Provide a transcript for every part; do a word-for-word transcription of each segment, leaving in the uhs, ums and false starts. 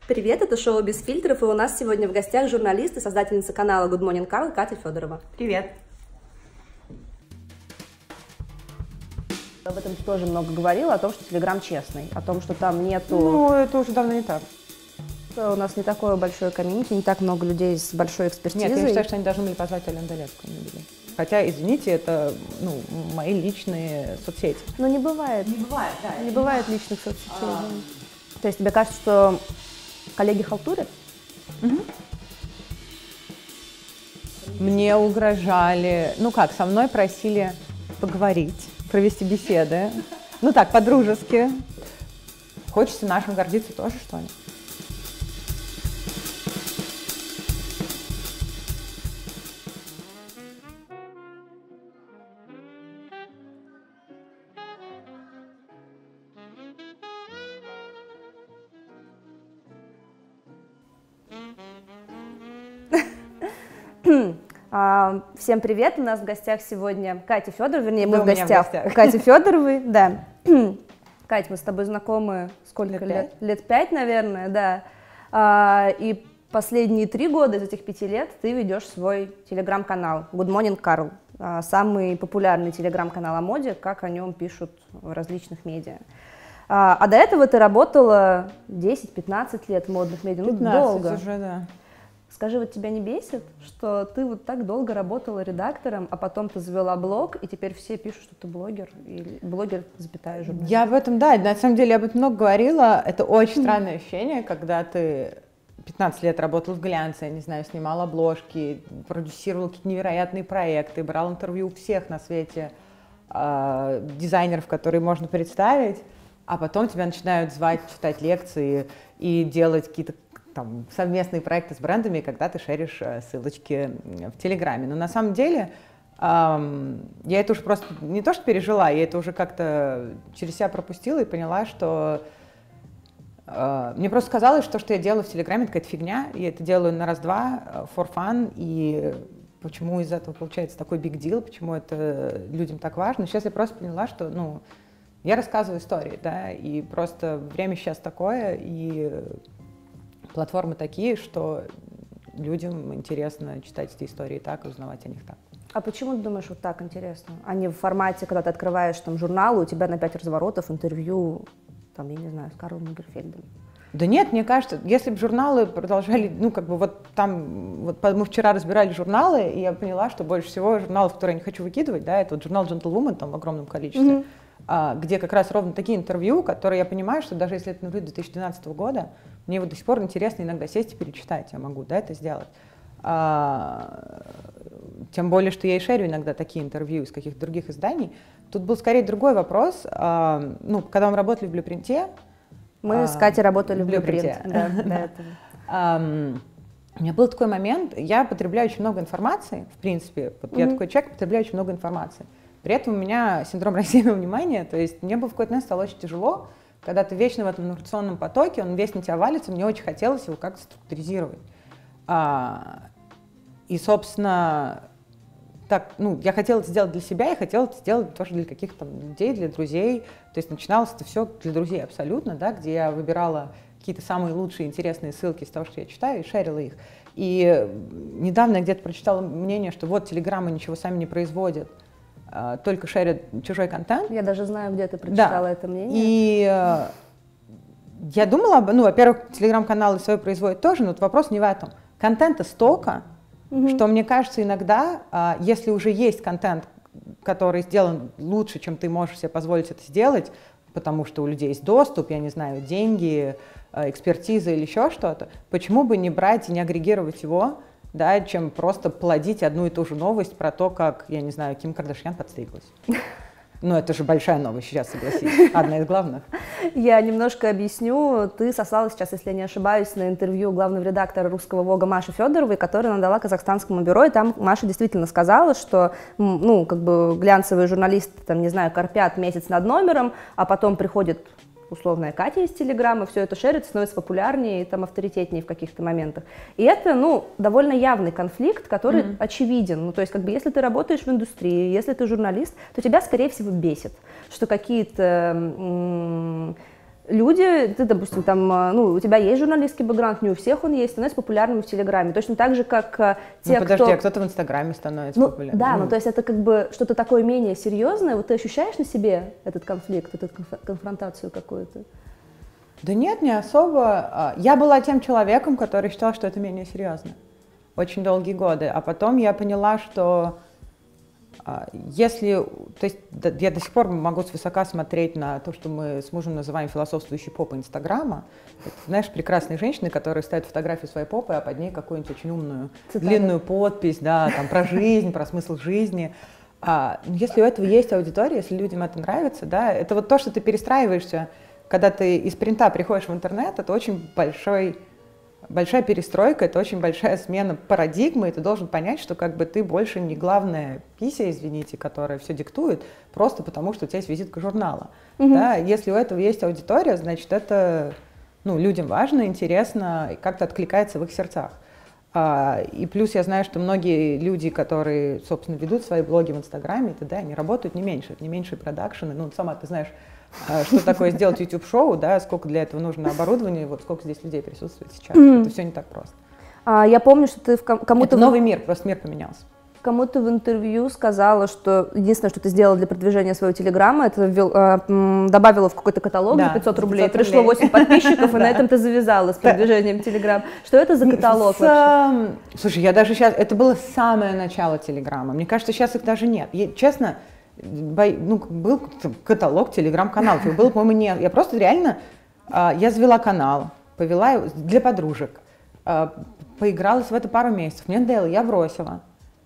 Привет, это шоу «Без фильтров», и у нас сегодня в гостях журналист и создательница канала Good Morning Carl Катя Федорова. Привет. Об этом ты тоже много говорила, о том, что Телеграм честный, о том, что там нету... Ну, это уже давно не так. У нас не такое большое комьюнити, не так много людей с большой экспертизой. Нет, я считаю, что они должны были позвать Алену Долецкую. Хотя, извините, это ну, мои личные соцсети. Но не бывает. Не бывает, да. Не бывает личных соцсетей. А... То есть тебе кажется, что коллеги халтурят? Угу. Мне угрожали, ну как, со мной просили поговорить, провести беседы. Ну так, по-дружески. Хочется нашим гордиться тоже, что ли? Всем привет! У нас в гостях сегодня Катя Федорова, вернее, мы в гостях, в гостях у Кати Федоровой, да. Кать, мы с тобой знакомы сколько лет? Лет, лет пять, наверное, да. И последние три года из этих пяти лет ты ведешь свой телеграм-канал Good Morning Carl, самый популярный телеграм-канал о моде, как о нем пишут в различных медиа. А до этого ты работала десять-пятнадцать лет в модных медиа, ну долго. Уже, да. Скажи, вот тебя не бесит, что ты вот так долго работала редактором, а потом ты завела блог, и теперь все пишут, что ты блогер, или блогер, запятая, журналист? Я об этом, да, на самом деле я об этом много говорила. Это очень странное ощущение, когда ты пятнадцать лет работал в глянце, я не знаю, снимал обложки, продюсировал какие-то невероятные проекты, брал интервью у всех на свете э, дизайнеров, которые можно представить, а потом тебя начинают звать читать лекции и делать какие-то там совместные проекты с брендами, когда ты шеришь ссылочки в Телеграме. Но на самом деле эм, я это уже просто не то что пережила, я это уже как-то через себя пропустила и поняла, что э, мне просто казалось, что то, что я делаю в Телеграме, это какая-то фигня, я это делаю на раз-два, for fun, и почему из этого получается такой big deal, почему это людям так важно. Сейчас я просто поняла, что ну, я рассказываю истории, да, и просто время сейчас такое, и платформы такие, что людям интересно читать эти истории так и узнавать о них так. А почему ты думаешь, вот так интересно? А не в формате, когда ты открываешь там журнал, у тебя на пять разворотов интервью, там, я не знаю, с Карлом Лагерфельдом? Да нет, мне кажется, если бы журналы продолжали, ну, как бы вот там, вот мы вчера разбирали журналы, и я поняла, что больше всего журналов, которые я не хочу выкидывать, да, это вот журнал Gentlewoman там в огромном количестве, mm-hmm. а, где как раз ровно такие интервью, которые я понимаю, что даже если это интервью две тысячи двенадцатого года, мне вот до сих пор интересно иногда сесть и перечитать, я могу, да, это сделать. А, тем более, что я и шерю иногда такие интервью из каких-то других изданий. Тут был скорее другой вопрос. А, ну, когда мы работали в Блюпринте... Мы а, с Катей работали в Блюпринте. Да, до этого. А, у меня был такой момент, я потребляю очень много информации, в принципе. Вот mm-hmm. Я такой человек, потребляю очень много информации. При этом у меня синдром рассеянного внимания, то есть мне было в какой-то момент стало очень тяжело, когда ты вечно в этом информационном потоке, он весь на тебя валится, мне очень хотелось его как-то структуризировать. А, и, собственно, так, ну, я хотела это сделать для себя, я хотела это сделать тоже для каких-то там людей, для друзей. То есть начиналось это все для друзей абсолютно, да, где я выбирала какие-то самые лучшие интересные ссылки из того, что я читаю, и шерила их. И недавно я где-то прочитала мнение, что вот телеграммы ничего сами не производят, только шерят чужой контент. Я даже знаю, где ты прочитала да. это мнение. И э, я думала, ну, во-первых, телеграм-каналы свой производят тоже, но вопрос не в этом. Контента столько, mm-hmm. что мне кажется иногда, э, если уже есть контент, который сделан лучше, чем ты можешь себе позволить это сделать, потому что у людей есть доступ, я не знаю, деньги, э, экспертиза или еще что-то, почему бы не брать и не агрегировать его, да, чем просто плодить одну и ту же новость про то, как, я не знаю, Ким Кардашьян подстриглась. Ну, это же большая новость сейчас, согласись, одна из главных. Я немножко объясню. Ты сослалась сейчас, если я не ошибаюсь, на интервью главного редактора «Русского Вога» Маши Федоровой, которую она дала казахстанскому бюро, и там Маша действительно сказала, что, ну, как бы глянцевые журналисты, там, не знаю, корпят месяц над номером, а потом приходит условная Катя из Телеграма, все это шерит, становится популярнее и там авторитетнее в каких-то моментах. И это, ну, довольно явный конфликт, который mm-hmm. очевиден. Ну, то есть, как бы, если ты работаешь в индустрии, если ты журналист, то тебя, скорее всего, бесит, что какие-то м- люди, ты, допустим, там, ну, у тебя есть журналистский бэкграунд, не у всех он есть, становятся популярными в Телеграме. Точно так же, как те, ну, подожди, кто... а кто-то в Инстаграме становится ну, популярным. Да, ну. ну, то есть это как бы что-то такое менее серьезное. Вот ты ощущаешь на себе этот конфликт, эту конфронтацию какую-то? Да нет, не особо. Я была тем человеком, который считал, что это менее серьезно. Очень долгие годы. А потом я поняла, что если, то есть я до сих пор могу свысока смотреть на то, что мы с мужем называем философствующей попой Инстаграма. Это, знаешь, прекрасные женщины, которые ставят фотографию своей попы, а под ней какую-нибудь очень умную, Цитаты. длинную подпись, да, там про жизнь, про смысл жизни. А, если у этого есть аудитория, если людям это нравится, да, это вот то, что ты перестраиваешься, когда ты из принта приходишь в интернет, это очень большой большая перестройка, это очень большая смена парадигмы, и ты должен понять, что как бы ты больше не главная пися, извините, которая все диктует, просто потому что у тебя есть визитка журнала. Mm-hmm. Да? Если у этого есть аудитория, значит, это ну, людям важно, интересно, и как-то откликается в их сердцах. А, и плюс я знаю, что многие люди, которые, собственно, ведут свои блоги в Инстаграме, да, они работают не меньше, не меньше продакшены. Ну, сама ты знаешь, что такое сделать YouTube-шоу, да, сколько для этого нужно оборудования, вот сколько здесь людей присутствует сейчас. Mm. Это все не так просто. А, я помню, что ты в ком- кому-то... Это новый мир, просто мир поменялся. Кому-то в интервью сказала, что единственное, что ты сделала для продвижения своего телеграмма, это ввел, э, добавила в какой-то каталог да, за пятьсот рублей, пятьсот пришло восемь подписчиков, и на этом ты завязала с продвижением телеграм. Что это за каталог вообще? Слушай, я даже сейчас... Это было самое начало телеграмма. Мне кажется, сейчас их даже нет. Честно, ну, был каталог телеграм-каналов, их было, по-моему, нет. Я просто реально... Я завела канал, повела для подружек, поигралась в это пару месяцев. Мне надоело, я бросила.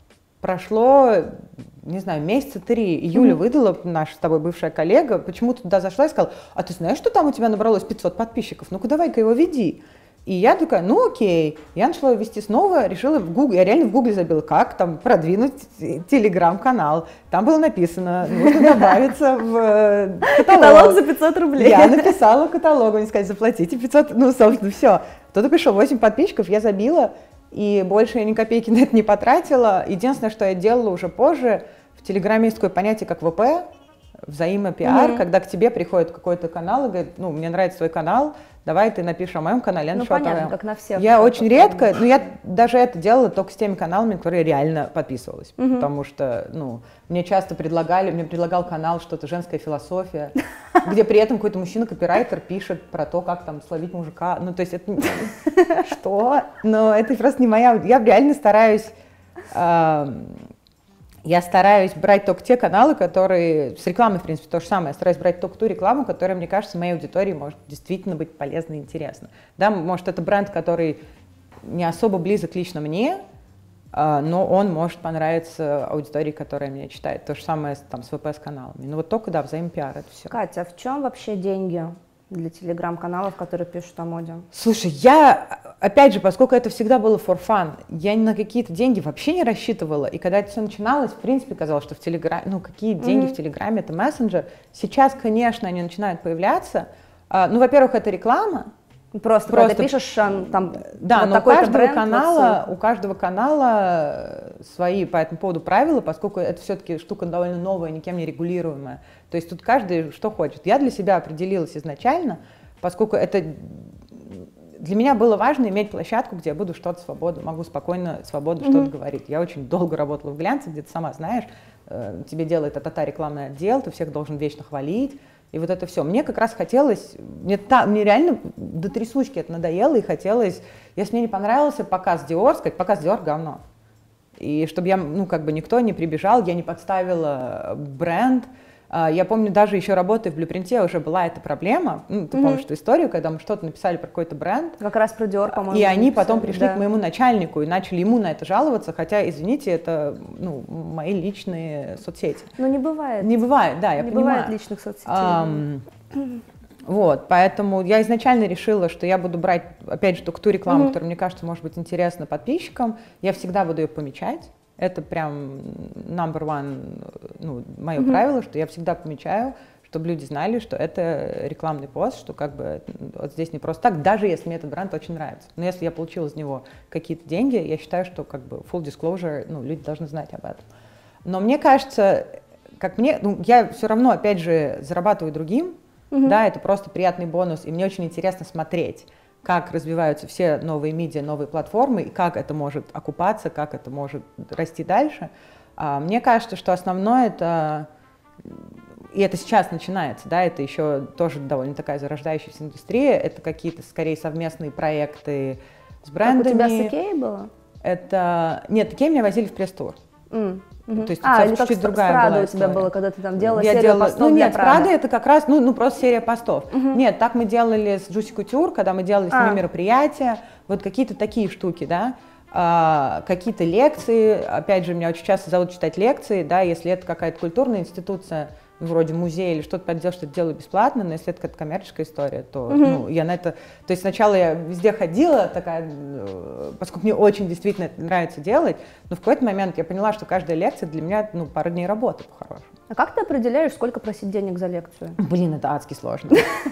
Прошло, не знаю, месяца три. Юля mm-hmm. выдала, наша с тобой бывшая коллега, почему-то туда зашла и сказала, а ты знаешь, что там у тебя набралось пятьсот подписчиков? Ну-ка давай-ка его веди. И я такая, ну окей. Я начала его вести снова, решила в Google, я реально в Гугле забила, как там продвинуть телеграм-канал. Там было написано, нужно добавиться в каталог. Каталог за пятьсот рублей. Я написала каталог, они сказали, заплатите пятьсот, ну, собственно, все. Кто-то пришел, восемь подписчиков, я забила. И больше я ни копейки на это не потратила. Единственное, что я делала уже позже, в Телеграме есть такое понятие, как вэ пэ, взаимопиар, mm-hmm. когда к тебе приходит какой-то канал и говорит, ну, мне нравится твой канал, давай ты напишешь о моем канале, я ну, напишу понятно, о твоем. как на всех. Я очень редко, ну, я даже это делала только с теми каналами, которые реально подписывалась, mm-hmm. потому что, ну, мне часто предлагали, мне предлагал канал что-то «Женская философия», где при этом какой-то мужчина-копирайтер пишет про то, как там словить мужика, ну, то есть это что? Но это просто не моя, я реально стараюсь... Я стараюсь брать только те каналы, которые... С рекламой, в принципе, то же самое. Я стараюсь брать только ту рекламу, которая, мне кажется, моей аудитории может действительно быть полезна и интересна. Да, может, это бренд, который не особо близок лично мне, но он может понравиться аудитории, которая меня читает. То же самое там, с вэ пэ с-каналами. Ну вот только, да, взаимопиар, это все. Катя, а в чем вообще деньги для телеграм-каналов, которые пишут о моде? Слушай, я, опять же, поскольку это всегда было for fun, я на какие-то деньги вообще не рассчитывала. И когда это все начиналось, в принципе, казалось, что в Телеграме, ну, какие деньги mm-hmm. в Телеграме, это мессенджер. Сейчас, конечно, они начинают появляться. Ну, во-первых, это реклама. Просто, просто когда ты пишешь там да, вот но у каждого бренд, канала, вот у каждого канала свои по этому поводу правила, поскольку это все-таки штука довольно новая, никем не регулируемая. То есть тут каждый что хочет. Я для себя определилась изначально, поскольку это для меня было важно иметь площадку, где я буду что-то свободно, могу спокойно, свободно mm-hmm. что-то говорить. Я очень долго работала в глянце, где ты сама знаешь, тебе делает а-та-та рекламный отдел, ты всех должен вечно хвалить. И вот это все. Мне как раз хотелось, мне, та, мне реально до трясучки это надоело, и хотелось, если мне не понравился показ Dior, сказать, показ Dior говно. И чтобы я, ну, как бы никто не прибежал, я не подставила бренд. Я помню, даже еще работая в Блюпринте, уже была эта проблема. Ну, ты mm-hmm. помнишь эту историю, когда мы что-то написали про какой-то бренд. Как раз про Dior, по-моему. И они потом пришли да. к моему начальнику и начали ему на это жаловаться, хотя, извините, это ну, мои личные соцсети. Ну, не бывает. Не бывает, да, я не понимаю. Не бывает личных соцсетей. Um, вот, поэтому я изначально решила, что я буду брать, опять же, только ту рекламу, mm-hmm. которая, мне кажется, может быть интересна подписчикам. Я всегда буду ее помечать. Это прям number one, ну, мое mm-hmm. правило, что я всегда помечаю, чтобы люди знали, что это рекламный пост, что как бы вот здесь не просто так, даже если мне этот бренд очень нравится. Но если я получила из него какие-то деньги, я считаю, что как бы full disclosure, ну, люди должны знать об этом. Но мне кажется, как мне, ну, я все равно, опять же, зарабатываю другим, Mm-hmm. Да, это просто приятный бонус, и мне очень интересно смотреть, как развиваются все новые медиа, новые платформы, и как это может окупаться, как это может расти дальше. А, мне кажется, что основное это, и это сейчас начинается, да, это еще тоже довольно такая зарождающаяся индустрия, это какие-то скорее совместные проекты с брендами. Как у тебя с Икеей было? Это... Нет, Икею меня возили в пресс-тур. Mm. Mm-hmm. То есть а, это или чуть-чуть как другая с Прадо была у тебя было, когда ты там делала я серию делала... постов Ну для нет, Прадо. Прадо это как раз, ну, ну просто серия постов. Mm-hmm. Нет, так мы делали с Juicy Couture, когда мы делали с ними а. мероприятия, вот какие-то такие штуки, да, а, какие-то лекции, опять же, меня очень часто зовут читать лекции, да, если это какая-то культурная институция, вроде музея или что-то поделать, что-то делаю бесплатно, но если это какая-то коммерческая история, то mm-hmm. ну, я на это... То есть сначала я везде ходила, такая, поскольку мне очень действительно это нравится делать, но в какой-то момент я поняла, что каждая лекция для меня, ну, пару дней работы по-хорошему. А как ты определяешь, сколько просить денег за лекцию? Блин, это адски сложно.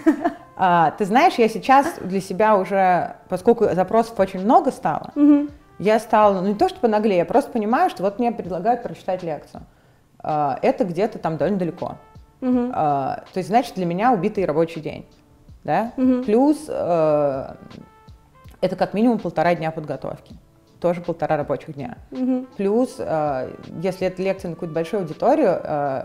Ты знаешь, я сейчас для себя уже, поскольку запросов очень много стало, я стала, ну не то чтобы наглее, я просто понимаю, что вот мне предлагают прочитать лекцию. Это где-то там довольно далеко. Uh-huh. То есть, значит, для меня убитый рабочий день. Да? Uh-huh. Плюс это как минимум полтора дня подготовки. Тоже полтора рабочих дня. Uh-huh. Плюс, если это лекция на какую-то большую аудиторию,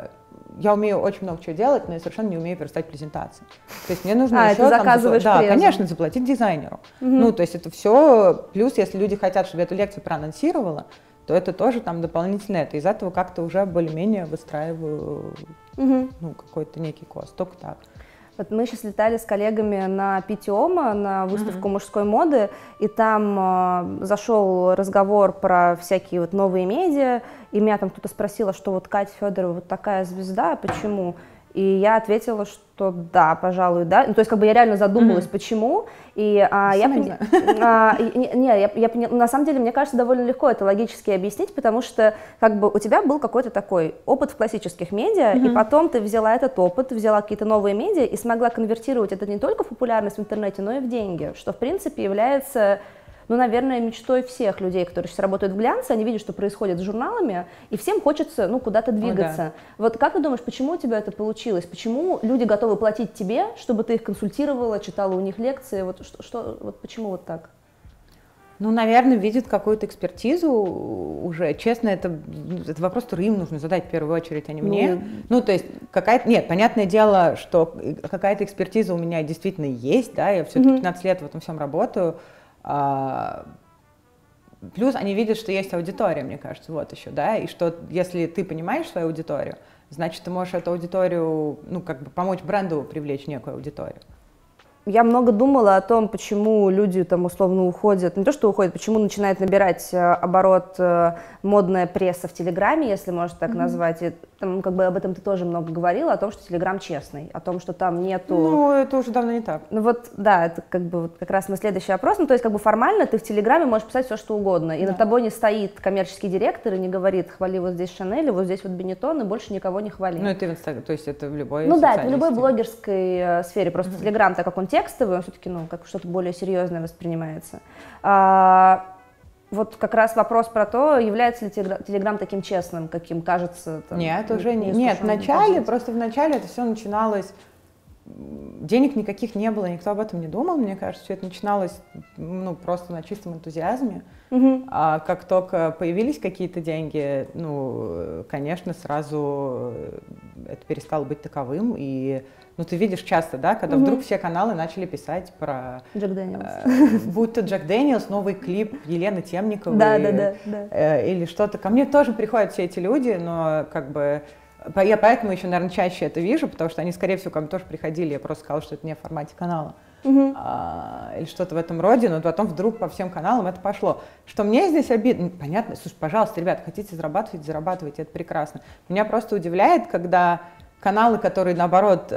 я умею очень много чего делать, но я совершенно не умею верстать презентации. То есть мне нужно а, еще... ты заказываешь там, презу. Да, конечно, заплатить дизайнеру. Uh-huh. Ну, то есть это все... Плюс, если люди хотят, чтобы я эту лекцию проанонсировала, то это тоже там дополнительно это. Из этого как-то уже более-менее выстраиваю угу. ну, какой-то некий кост. Только так. Вот мы сейчас летали с коллегами на Питиома, на выставку uh-huh. мужской моды, и там э, зашел разговор про всякие вот новые медиа, и меня там кто-то спросил, что вот Катя Федорова вот такая звезда, почему? И я ответила, что да, пожалуй, да. Ну, то есть как бы я реально задумалась, mm-hmm. почему. И а, я, пони... а, не, не, я, я пони... на самом деле, мне кажется, довольно легко это логически объяснить, потому что как бы у тебя был какой-то такой опыт в классических медиа, mm-hmm. и потом ты взяла этот опыт, взяла какие-то новые медиа и смогла конвертировать это не только в популярность в интернете, но и в деньги, что в принципе является... Ну, наверное, мечтой всех людей, которые сейчас работают в глянце, они видят, что происходит с журналами, и всем хочется, ну, куда-то двигаться. О, да. Вот как ты думаешь, почему у тебя это получилось? Почему люди готовы платить тебе, чтобы ты их консультировала, читала у них лекции? Вот, что, что, вот почему вот так? Ну, наверное, видят какую-то экспертизу уже. Честно, это, это вопрос, который им нужно задать в первую очередь, а не мне. Ну, ну то есть, какая-то... Нет, понятное дело, что какая-то экспертиза у меня действительно есть, да, я все-таки пятнадцать лет в этом всем работаю. А, плюс они видят, что есть аудитория, мне кажется, вот еще, да, и что если ты понимаешь свою аудиторию, значит, ты можешь эту аудиторию, ну, как бы помочь бренду привлечь некую аудиторию. Я много думала о том, почему люди там условно уходят, не то что уходят, почему начинает набирать оборот модная пресса в Телеграме, если можно так mm-hmm. назвать. И, там, как бы об этом ты тоже много говорила, о том, что Телеграм честный, о том, что там нету... Ну, это уже давно не так. Ну вот, да, это как бы вот как раз мой следующий вопрос. Ну, то есть как бы формально ты в Телеграме можешь писать все, что угодно, и да. над тобой не стоит коммерческий директор и не говорит, хвали вот здесь Шанель, вот здесь вот Бенетон, и больше никого не хвали. Ну, это в Инстаграме, то есть это в любой Ну да, это в любой блогерской э, сфере, просто mm-hmm. Телеграм, так как он текстовый, он все-таки, ну, как что-то более серьезное воспринимается. А, вот как раз вопрос про то, является ли Телеграм таким честным, каким кажется. Там, нет, уже не, нет, в начале, просто в начале это все начиналось, денег никаких не было, никто об этом не думал, мне кажется, все это начиналось, ну, просто на чистом энтузиазме. Uh-huh. А как только появились какие-то деньги, ну, конечно, сразу это перестало быть таковым, и ну, ты видишь часто, да, когда mm-hmm. вдруг все каналы начали писать про... Джек Дэниелс. Э, будь то Джек Дэниелс, новый клип Елены Темниковой. Да, да, да, да. Э, или что-то. Ко мне тоже приходят все эти люди, но как бы... Я поэтому еще, наверное, чаще это вижу, потому что они, скорее всего, ко мне тоже приходили, я просто сказала, что это не в формате канала. Mm-hmm. А, или что-то в этом роде, но потом вдруг по всем каналам это пошло. Что мне здесь обидно... Понятно, слушай, пожалуйста, ребят, хотите зарабатывать, зарабатывайте, это прекрасно. Меня просто удивляет, когда... Каналы, которые, наоборот,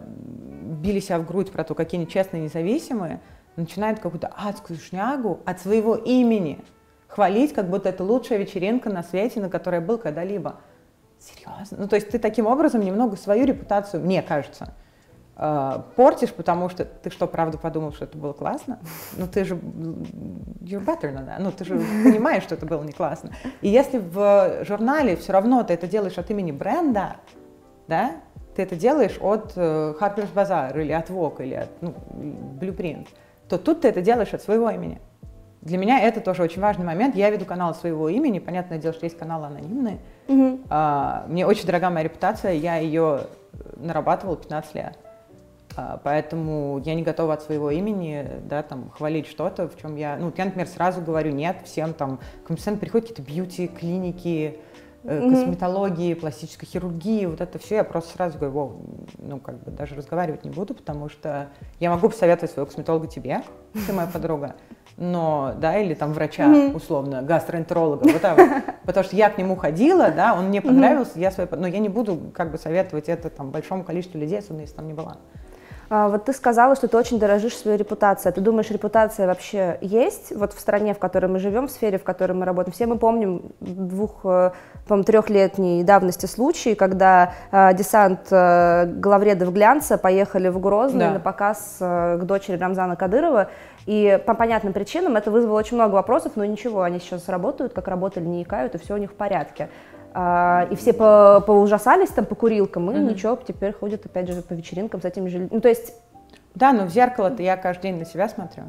били себя в грудь про то, какие они честные и независимые, начинают какую-то адскую шнягу от своего имени хвалить, как будто это лучшая вечеринка на свете, на которой я был когда-либо. Серьезно? Ну, то есть ты таким образом немного свою репутацию, мне кажется, портишь, потому что ты что, правда подумал, что это было классно? Ну, ты же you're better than that. Ну, ты же понимаешь, что это было не классно. И если в журнале все равно ты это делаешь от имени бренда, да, ты это делаешь от э, Harper's Bazaar или от Vogue или от ну, Blueprint, то тут ты это делаешь от своего имени. Для меня это тоже очень важный момент. Я веду канал своего имени. Понятное дело, что есть каналы анонимные. Mm-hmm. А, мне очень дорога моя репутация. Я ее нарабатывала пятнадцать лет. А, поэтому я не готова от своего имени, да, там, хвалить что-то, в чем я... Ну, я, например, сразу говорю нет всем там... Ко мне постоянно приходят какие-то бьюти-клиники, Mm-hmm. косметологии, пластической хирургии, вот это все, я просто сразу говорю, Воу, ну, как бы даже разговаривать не буду, потому что я могу посоветовать своего косметолога тебе, ты моя подруга, но, да, или там врача, mm-hmm. условно, гастроэнтеролога, вот так вот, потому что я к нему ходила, да, он мне понравился, mm-hmm. я свой, но я не буду, как бы, советовать это там большому количеству людей, особенно если там не была. А, вот ты сказала, что ты очень дорожишь своей репутацией. Ты думаешь, репутация вообще есть вот в стране, в которой мы живем, в сфере, в которой мы работаем? Все мы помним двух, по-моему, трехлетней давности случай, когда э, десант э, главредов глянца поехали в Грозный да. на показ э, к дочери Рамзана Кадырова. И по понятным причинам это вызвало очень много вопросов, но ничего, они сейчас работают, как работали, не икают, и все у них в порядке. Uh, и все по, поужасались там по курилкам, и mm-hmm. ничего, теперь ходят опять же по вечеринкам с этими же людьми. Ну, то есть... Да, но в зеркало-то я каждый день на себя смотрю.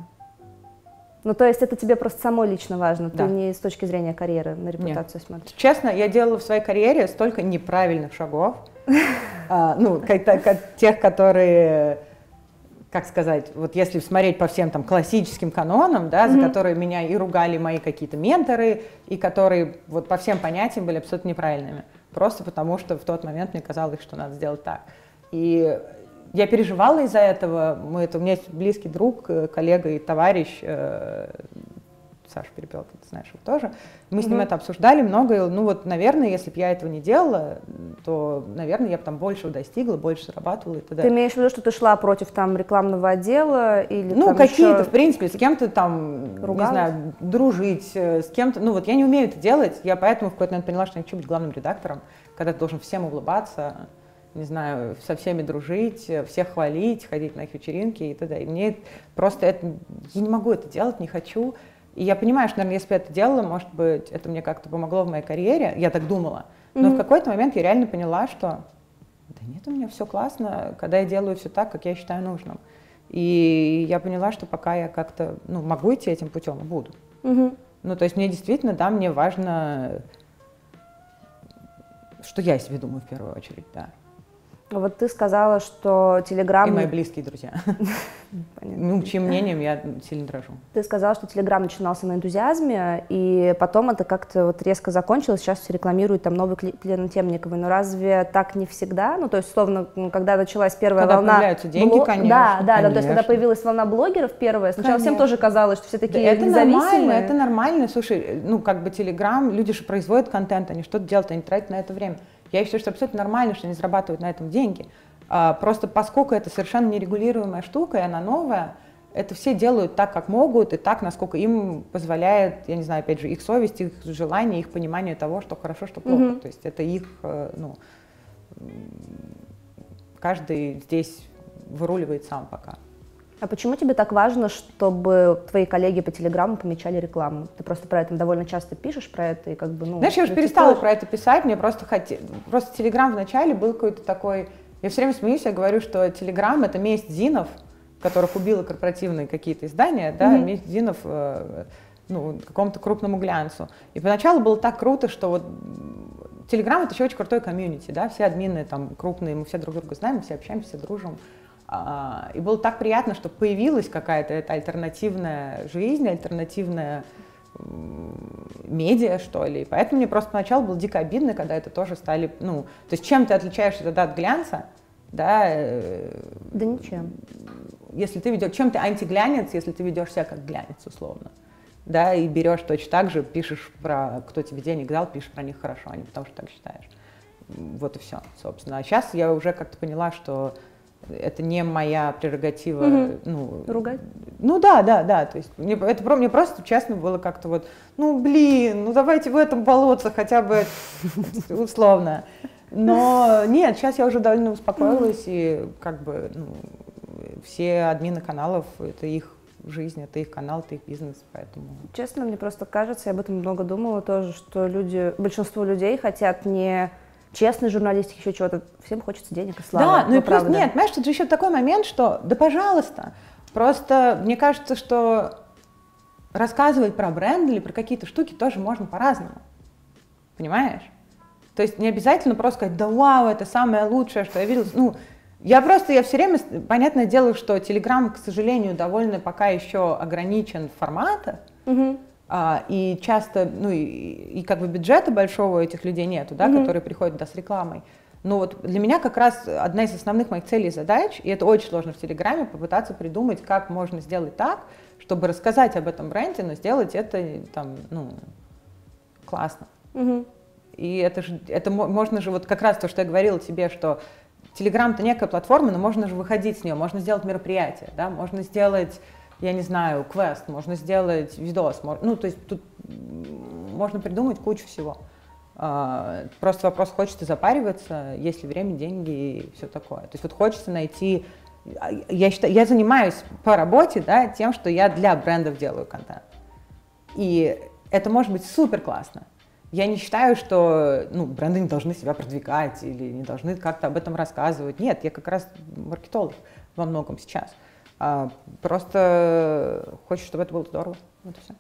Ну, то есть это тебе просто самой лично важно, да. ты не с точки зрения карьеры на репутацию Нет. смотришь? Честно, я делала в своей карьере столько неправильных шагов, ну, тех, которые... Как сказать, вот если смотреть по всем там классическим канонам, да, mm-hmm. за которые меня и ругали мои какие-то менторы, и которые вот по всем понятиям были абсолютно неправильными, просто потому что в тот момент мне казалось, что надо сделать так. И я переживала из-за этого. Мы, это, у меня есть близкий друг, коллега и товарищ, э, Саша Перепелка, ты знаешь его тоже. Мы с ним mm-hmm. это обсуждали много, и, ну вот, наверное, если бы я этого не делала, то, наверное, я бы там больше достигла, больше зарабатывала и т.д. Ты имеешь в виду, что ты шла против там рекламного отдела или ну, там какие-то, еще... в принципе, с кем-то там, ругалась? Не знаю, дружить, с кем-то, ну вот я не умею это делать, я поэтому в какой-то момент поняла, что я не хочу быть главным редактором, когда ты должен всем улыбаться, не знаю, со всеми дружить, всех хвалить, ходить на их вечеринки и т.д. И мне просто это, я не могу это делать, не хочу. И я понимаю, что, наверное, если бы я это делала, может быть, это мне как-то помогло в моей карьере, я так думала. Но mm-hmm. в какой-то момент я реально поняла, что да нет, у меня все классно, когда я делаю все так, как я считаю нужным. И я поняла, что пока я как-то, ну, могу идти этим путем, буду. Mm-hmm. Ну, то есть мне действительно, да, мне важно, что я о себе думаю в первую очередь, да. Вот ты сказала, что Telegram... И мои близкие друзья. Ну, чьим мнением я сильно дрожу. Ты сказала, что Telegram начинался на энтузиазме, и потом это как-то вот резко закончилось, сейчас все рекламируют там новый Лена Темниковой, но разве так не всегда? Ну, то есть, условно, когда началась первая когда волна... Когда появляются деньги, блог... конечно. Да, да, конечно. да, то есть, когда появилась волна блогеров первая, сначала конечно. Всем тоже казалось, что все такие да это независимые. Нормально, это нормально, слушай, ну, как бы Telegram, люди же производят контент, они что-то делают, они тратят на это время. Я считаю, что абсолютно нормально, что они зарабатывают на этом деньги. А, просто поскольку это совершенно нерегулируемая штука, и она новая, это все делают так, как могут, и так, насколько им позволяет, я не знаю, опять же, их совесть, их желание, их понимание того, что хорошо, что плохо. Mm-hmm. То есть это их, ну, каждый здесь выруливает сам пока. А почему тебе так важно, чтобы твои коллеги по Телеграму помечали рекламу? Ты просто про это довольно часто пишешь, про это и как бы, ну... Знаешь, я уже перестала про это писать, мне просто хотелось... Просто Телеграм вначале был какой-то такой... Я все время смеюсь, я говорю, что Телеграм — это месть зинов, которых убило корпоративные какие-то издания, да, mm-hmm. месть зинов, э, ну, какому-то крупному глянцу. И поначалу было так круто, что вот... Телеграм — это еще очень крутой комьюнити, да, все админы там крупные, мы все друг друга знаем, мы все общаемся, все дружим. И было так приятно, что появилась какая-то эта альтернативная жизнь, альтернативная медиа, что ли. И поэтому мне просто поначалу было дико обидно, когда это тоже стали, ну, то есть чем ты отличаешься тогда от глянца, да? Да ничем. Если ты ведешь, чем ты антиглянец, если ты ведешь себя как глянец, условно, да, и берешь точно так же, пишешь про, кто тебе денег дал, пишешь про них хорошо, а не потому что так считаешь. Вот и все, собственно. А сейчас я уже как-то поняла, что это не моя прерогатива. Mm-hmm. Ну, ругать? Ну да, да, да. То есть мне, это, мне просто честно было как-то вот, ну блин, ну давайте в этом болоться хотя бы условно. Но нет, сейчас я уже довольно успокоилась, и как бы ну, все админы каналов, это их жизнь, это их канал, это их бизнес, поэтому... Честно, мне просто кажется, я об этом много думала тоже, что люди, большинство людей хотят не честной журналистики, еще чего-то. Всем хочется денег и славы. Да, ну и плюс правда. нет, понимаешь, тут же еще такой момент, что да пожалуйста, просто мне кажется, что рассказывать про бренд или про какие-то штуки тоже можно по-разному, понимаешь? То есть не обязательно просто сказать, да вау, это самое лучшее, что я видела. Ну, я просто, я все время, понятное дело, что Telegram, к сожалению, довольно пока еще ограничен в форматах, угу. а, и часто, ну, и, и как бы бюджета большого у этих людей нету, да, угу. которые приходят да, с рекламой. Но вот для меня как раз одна из основных моих целей и задач, и это очень сложно в Телеграме, попытаться придумать, как можно сделать так, чтобы рассказать об этом бренде, но сделать это там, ну, классно. Угу. И это же, это можно же, вот как раз то, что я говорила тебе, что Телеграм-то некая платформа, но можно же выходить с нее, можно сделать мероприятие, да, можно сделать, я не знаю, квест, можно сделать видос, ну, то есть тут можно придумать кучу всего. Просто вопрос, хочется запариваться, есть ли время, деньги и все такое. То есть вот хочется найти, я считаю, я занимаюсь по работе, да, тем, что я для брендов делаю контент. И это может быть супер классно. Я не считаю, что ну, бренды не должны себя продвигать или не должны как-то об этом рассказывать. Нет, я как раз маркетолог во многом сейчас. А, просто хочу, чтобы это было здорово. Вот и все.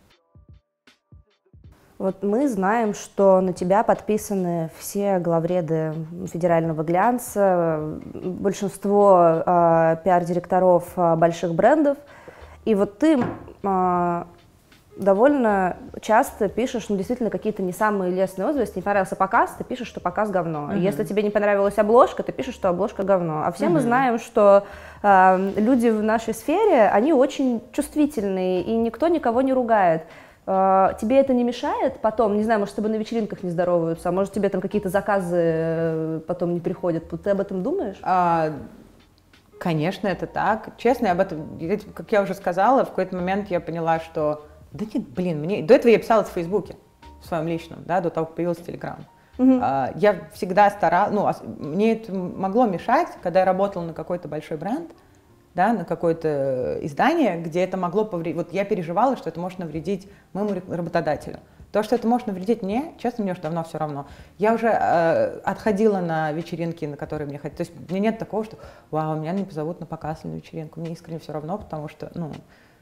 Вот мы знаем, что на тебя подписаны все главреды федерального глянца, большинство э, пиар-директоров э, больших брендов. И вот ты э, довольно часто пишешь, ну, действительно, какие-то не самые лестные отзывы. Если не понравился показ, ты пишешь, что показ говно. Uh-huh. Если тебе не понравилась обложка, ты пишешь, что обложка говно. А все uh-huh. мы знаем, что э, люди в нашей сфере, они очень чувствительные, и никто никого не ругает. Э, тебе это не мешает потом? Не знаю, может, с тобой на вечеринках не здороваются, а может, тебе там какие-то заказы потом не приходят. Ты об этом думаешь? А... Конечно, это так. Честно, я об этом, как я уже сказала, в какой-то момент я поняла, что да нет, блин, мне... До этого я писала в Фейсбуке, в своем личном, да, до того, как появился Телеграм. Uh-huh. А, я всегда старалась, ну, мне это могло мешать, когда я работала на какой-то большой бренд, да, на какое-то издание, где это могло повредить. Вот я переживала, что это может навредить моему работодателю. То, что это может навредить мне, честно, мне уже давно все равно. Я уже э, отходила на вечеринки, на которые мне хотят. То есть у меня нет такого, что вау, меня не позовут на показ или на вечеринку. Мне искренне все равно, потому что, ну,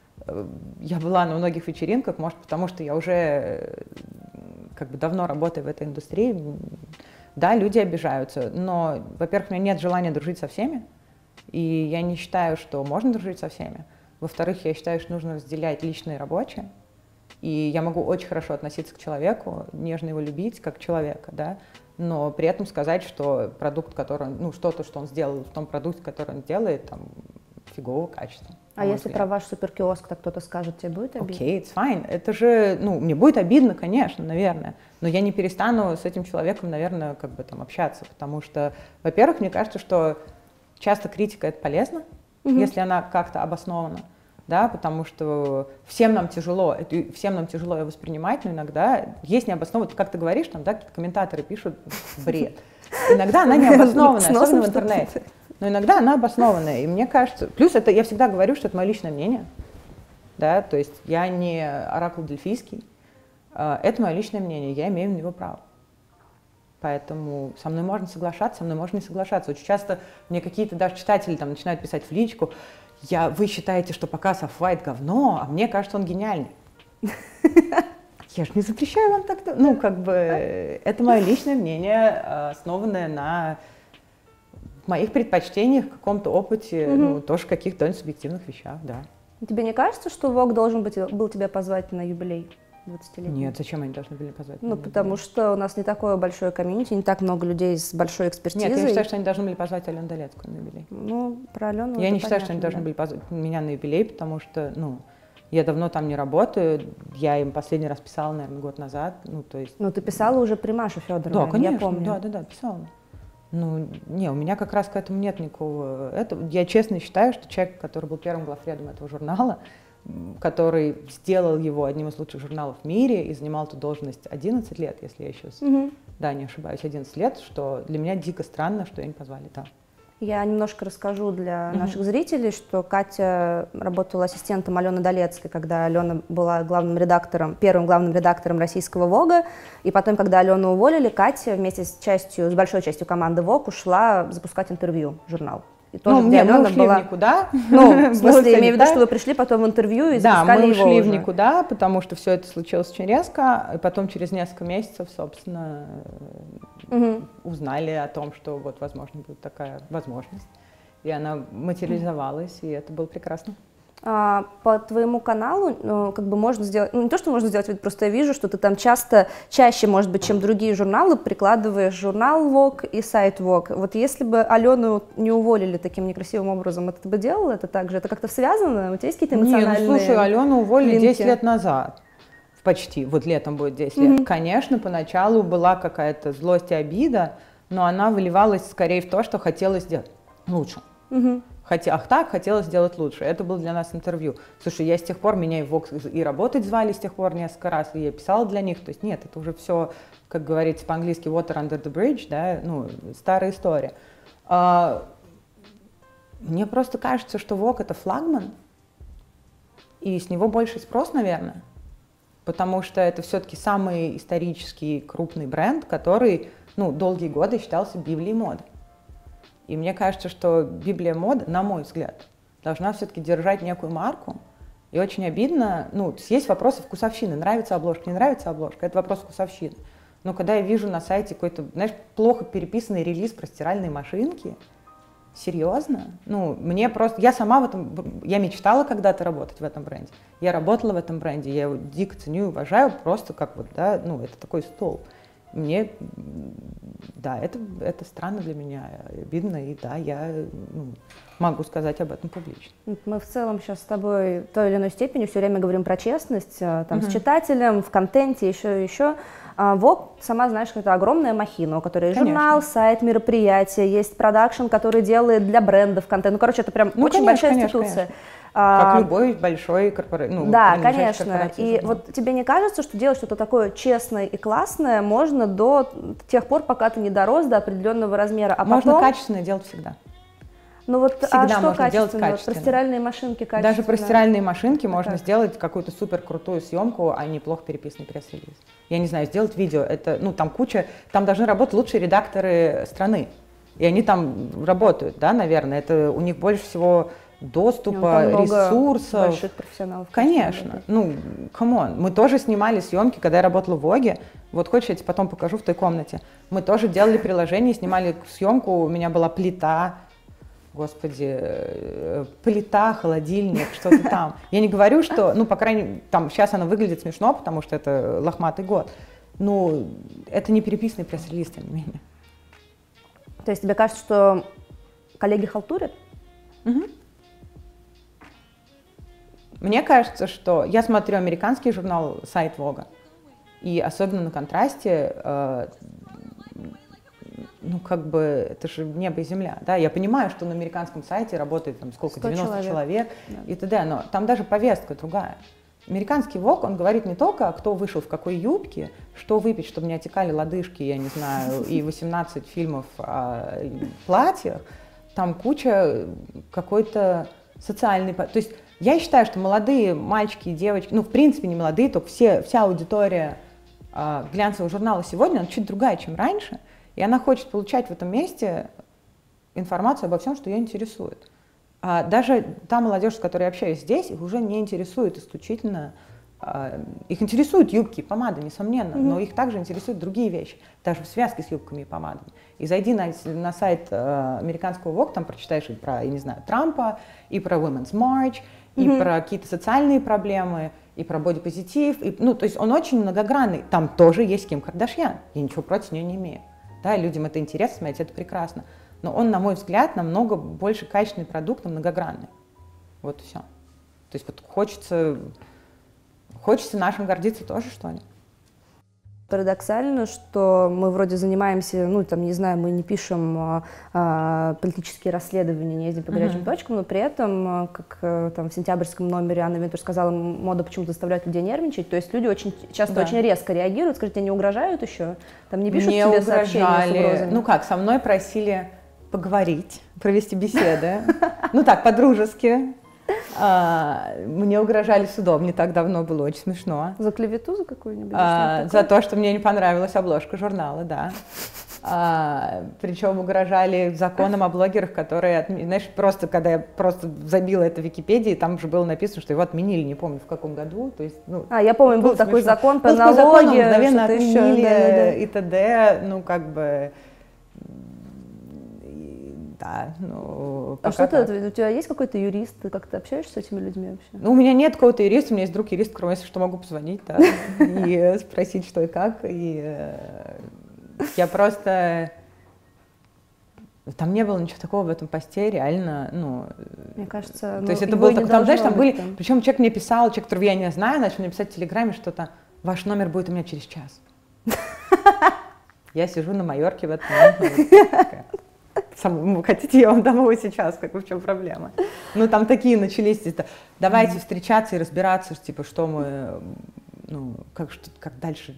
я была на многих вечеринках, может, потому что я уже как бы давно работаю в этой индустрии. Да, люди обижаются, но, во-первых, у меня нет желания дружить со всеми, и я не считаю, что можно дружить со всеми. Во-вторых, я считаю, что нужно разделять личное и рабочее, и я могу очень хорошо относиться к человеку, нежно его любить как человека, да, но при этом сказать, что продукт, который он, ну, что-то, что он сделал в том продукте, который он делает, там, фигового качества. А если взгляд. Про ваш суперкиоск так кто-то скажет, тебе будет обидно? Окей, okay, it's fine. Это же, ну, мне будет обидно, конечно, наверное, но я не перестану с этим человеком, наверное, как бы там общаться, потому что, во-первых, мне кажется, что часто критика — это полезно, mm-hmm. если она как-то обоснована, да, потому что всем нам тяжело, это, всем нам тяжело ее воспринимать, но иногда есть необоснованно, как ты говоришь, там, да, какие-то комментаторы пишут бред. Иногда она необоснованная, особенно в интернете. Но иногда она обоснованная, и мне кажется, плюс это я всегда говорю, что это мое личное мнение, да, то есть я не оракул дельфийский, это мое личное мнение, я имею на него право. Поэтому со мной можно соглашаться, со мной можно не соглашаться. Очень часто мне какие-то даже читатели там начинают писать в личку, я, вы считаете, что показ Off-White говно, а мне кажется, он гениальный. Я же не запрещаю вам так, ну, как бы, это мое личное мнение, основанное на моих предпочтениях, каком-то опыте, mm-hmm. ну, тоже каких-то довольно субъективных вещах, да. Тебе не кажется, что Vogue должен быть, был тебя позвать на юбилей двадцатилетний? Нет, зачем они должны были позвать? Ну, потому что у нас не такое большое комьюнити, не так много людей с большой экспертизой. Нет, я считаю, что они должны были позвать Алену Долецкую на юбилей. Ну, про Алену Я не понятно, считаю, что они да. должны были позвать меня на юбилей, потому что, ну, я давно там не работаю, я им последний раз писала, наверное, год назад, ну, то есть... Ну, ты писала уже при Маше Федоровой, да, конечно, я помню. Да, да, да, писала. Ну, не, у меня как раз к этому нет никакого этого. Я честно считаю, что человек, который был первым главредом этого журнала, который сделал его одним из лучших журналов в мире и занимал эту должность одиннадцать лет, если я сейчас, mm-hmm. да, не ошибаюсь, одиннадцать лет, что для меня дико странно, что ее не позвали, да. Я немножко расскажу для Мгм. наших зрителей, что Катя работала ассистентом Алены Долецкой, когда Алена была главным редактором, первым главным редактором российского Вога, и потом, когда Алену уволили, Катя вместе с частью, с большой частью команды Вог ушла запускать интервью в журнал. И тоже, Ну, где не, мы Алена ушли была... в никуда. Ну, в смысле, Было имею в виду, так. что вы пришли потом в интервью и Да, запускали мы его ушли уже. в никуда, потому что все это случилось очень резко, и потом через несколько месяцев, собственно, Мгм. узнали о том, что вот, возможно, будет такая возможность. И она материализовалась, и это было прекрасно. А, по твоему каналу, ну, как бы можно сделать, ну, не то, что можно сделать, ведь просто я вижу, что ты там часто, чаще, может быть, чем другие журналы, прикладываешь журнал Vogue и сайт Vogue. Вот если бы Алену не уволили таким некрасивым образом, это ты бы делала это так же? Это как-то связано? У тебя есть какие-то эмоциональные... Не, ну слушай, Алену уволили линки? десять лет назад. Почти, вот летом будет десять лет. Конечно, поначалу была какая-то злость и обида, но она выливалась скорее в то, что хотелось сделать лучше. Мгм. Хотя, ах так, хотелось сделать лучше. Это было для нас интервью. Слушай, я с тех пор, меня и в Vox и работать звали с тех пор несколько раз, и я писала для них. То есть нет, это уже все, как говорится по-английски, water under the bridge, да, ну, старая история. А, мне просто кажется, что Vogue — это флагман, и с него больше спрос, наверное, потому что это все-таки самый исторический крупный бренд, который, ну, долгие годы считался Библией моды. И мне кажется, что Библия моды, на мой взгляд, должна все-таки держать некую марку. И очень обидно, ну, есть вопросы вкусовщины. Нравится обложка, не нравится обложка, это вопрос вкусовщины. Но когда я вижу на сайте какой-то, знаешь, плохо переписанный релиз про стиральные машинки, серьезно? Ну, мне просто, я сама в этом, я мечтала когда-то работать в этом бренде. Я работала в этом бренде, я его дико ценю и уважаю, просто как вот, да, ну, это такой стол. Мне, да, это, это странно для меня, обидно, и да, я ну, могу сказать об этом публично. Мы в целом сейчас с тобой в той или иной степени все время говорим про честность, там, Мгм. с читателем, в контенте, еще, еще. А Vogue, сама знаешь, это огромная махина, у которой есть Конечно. журнал, сайт, мероприятие, есть продакшн, который делает для брендов контент. Ну, короче, это прям Ну, очень конечно, большая конечно, институция. Как А, любой большой корпорация. Ну, да, принадлежащий конечно. корпорации И журнал. вот тебе не кажется, что делать что-то такое честное и классное можно до тех пор, пока ты не дорос до определенного размера, а Можно потом... качественно делать всегда. Ну вот, Всегда а что можно делать качественно? Вот качественно. про стиральные машинки качественно. Даже про стиральные машинки можно так. сделать какую-то супер крутую съемку, а не плохо переписанный пресс-релиз. Я не знаю, сделать видео, это, ну, там куча, там должны работать лучшие редакторы страны. И они там работают, да, наверное, это у них больше всего доступа, Там много ресурсов. больших профессионалов. Конечно. Ну, камон. Мы тоже снимали съемки, когда я работала в Воге. Вот хочешь, я тебе потом покажу в той комнате. Мы тоже делали приложение, снимали съемку. У меня была плита, господи, э, плита, холодильник, что-то там. Я не говорю, что, ну, по крайней мере, там сейчас оно выглядит смешно, потому что это лохматый год. Ну, это не переписанный пресс-релиз, тем не менее. То есть тебе кажется, что коллеги халтурят? Мгм. Мне кажется, что я смотрю американский журнал «Сайт Вога», и особенно на контрасте, э, ну, как бы, это же небо и земля, да, я понимаю, что на американском сайте работает, там, сколько, сто девяносто человек, человек. Да. и т.д., но там даже повестка другая. Американский Вог, он говорит не только, кто вышел в какой юбке, что выпить, чтобы не отекали лодыжки, я не знаю, и восемнадцать фильмов о платьях, там куча какой-то социальной... То есть я считаю, что молодые мальчики и девочки, ну, в принципе, не молодые, только все, вся аудитория э, глянцевого журнала сегодня, она чуть другая, чем раньше, и она хочет получать в этом месте информацию обо всем, что ее интересует. А даже та молодежь, с которой я общаюсь здесь, их уже не интересует исключительно, э, их интересуют юбки и помады, несомненно, mm-hmm. но их также интересуют другие вещи, даже в связке с юбками и помадами. И зайди на, на сайт э, американского Vogue, там прочитаешь и про, я не знаю, Трампа, и про Women's March, и mm-hmm. про какие-то социальные проблемы, и про бодипозитив, и, ну, то есть он очень многогранный. Там тоже есть Ким Кардашьян, я ничего против нее не имею. Да, людям это интересно смотреть, это прекрасно. Но он, на мой взгляд, намного больше качественный продукт и многогранный. Вот и все. То есть вот хочется, хочется нашим гордиться тоже, что ли. Парадоксально, что мы вроде занимаемся, ну, там, не знаю, мы не пишем а, а, политические расследования, не ездим по горячим mm-hmm. точкам, но при этом, как там в сентябрьском номере Анна Винтур сказала, мода почему-то заставляет людей нервничать, то есть люди очень часто да. очень резко реагируют. Скажите, тебе не угрожают еще? Там не пишут Мне тебе угрожали. сообщения с угрозами? Ну как, со мной просили поговорить, провести беседы. Ну так, по-дружески. А, мне угрожали судом не так давно, было очень смешно. За клевету за какую-нибудь? А, за то, что мне не понравилась обложка журнала, да. А, причем угрожали законом о блогерах, которые, знаешь, просто когда я просто забила это в Википедии, там же было написано, что его отменили, не помню в каком году. То есть, ну, а, я помню, был такой смешно. закон по налоги, мгновенно отменили еще, да, да, да. и т.д. Ну, как бы... Да, ну, а что ты, у тебя есть какой-то юрист, ты как-то общаешься с этими людьми вообще? Ну, у меня нет какого-то юриста, у меня есть друг юрист, которому, если что, могу позвонить, да, и спросить, что и как, и я просто... Там не было ничего такого в этом посте, реально, ну... Мне кажется, то есть это было так, там, знаешь, там были... Причем человек мне писал, человек, которого я не знаю, начал мне писать в Телеграме что-то, ваш номер будет у меня через час. Я сижу на Майорке в этот момент. Сам, хотите, я вам дам его сейчас, как бы в чем проблема? Ну, там такие начались, это, давайте mm-hmm. встречаться и разбираться, типа, что мы, ну, как, что, как дальше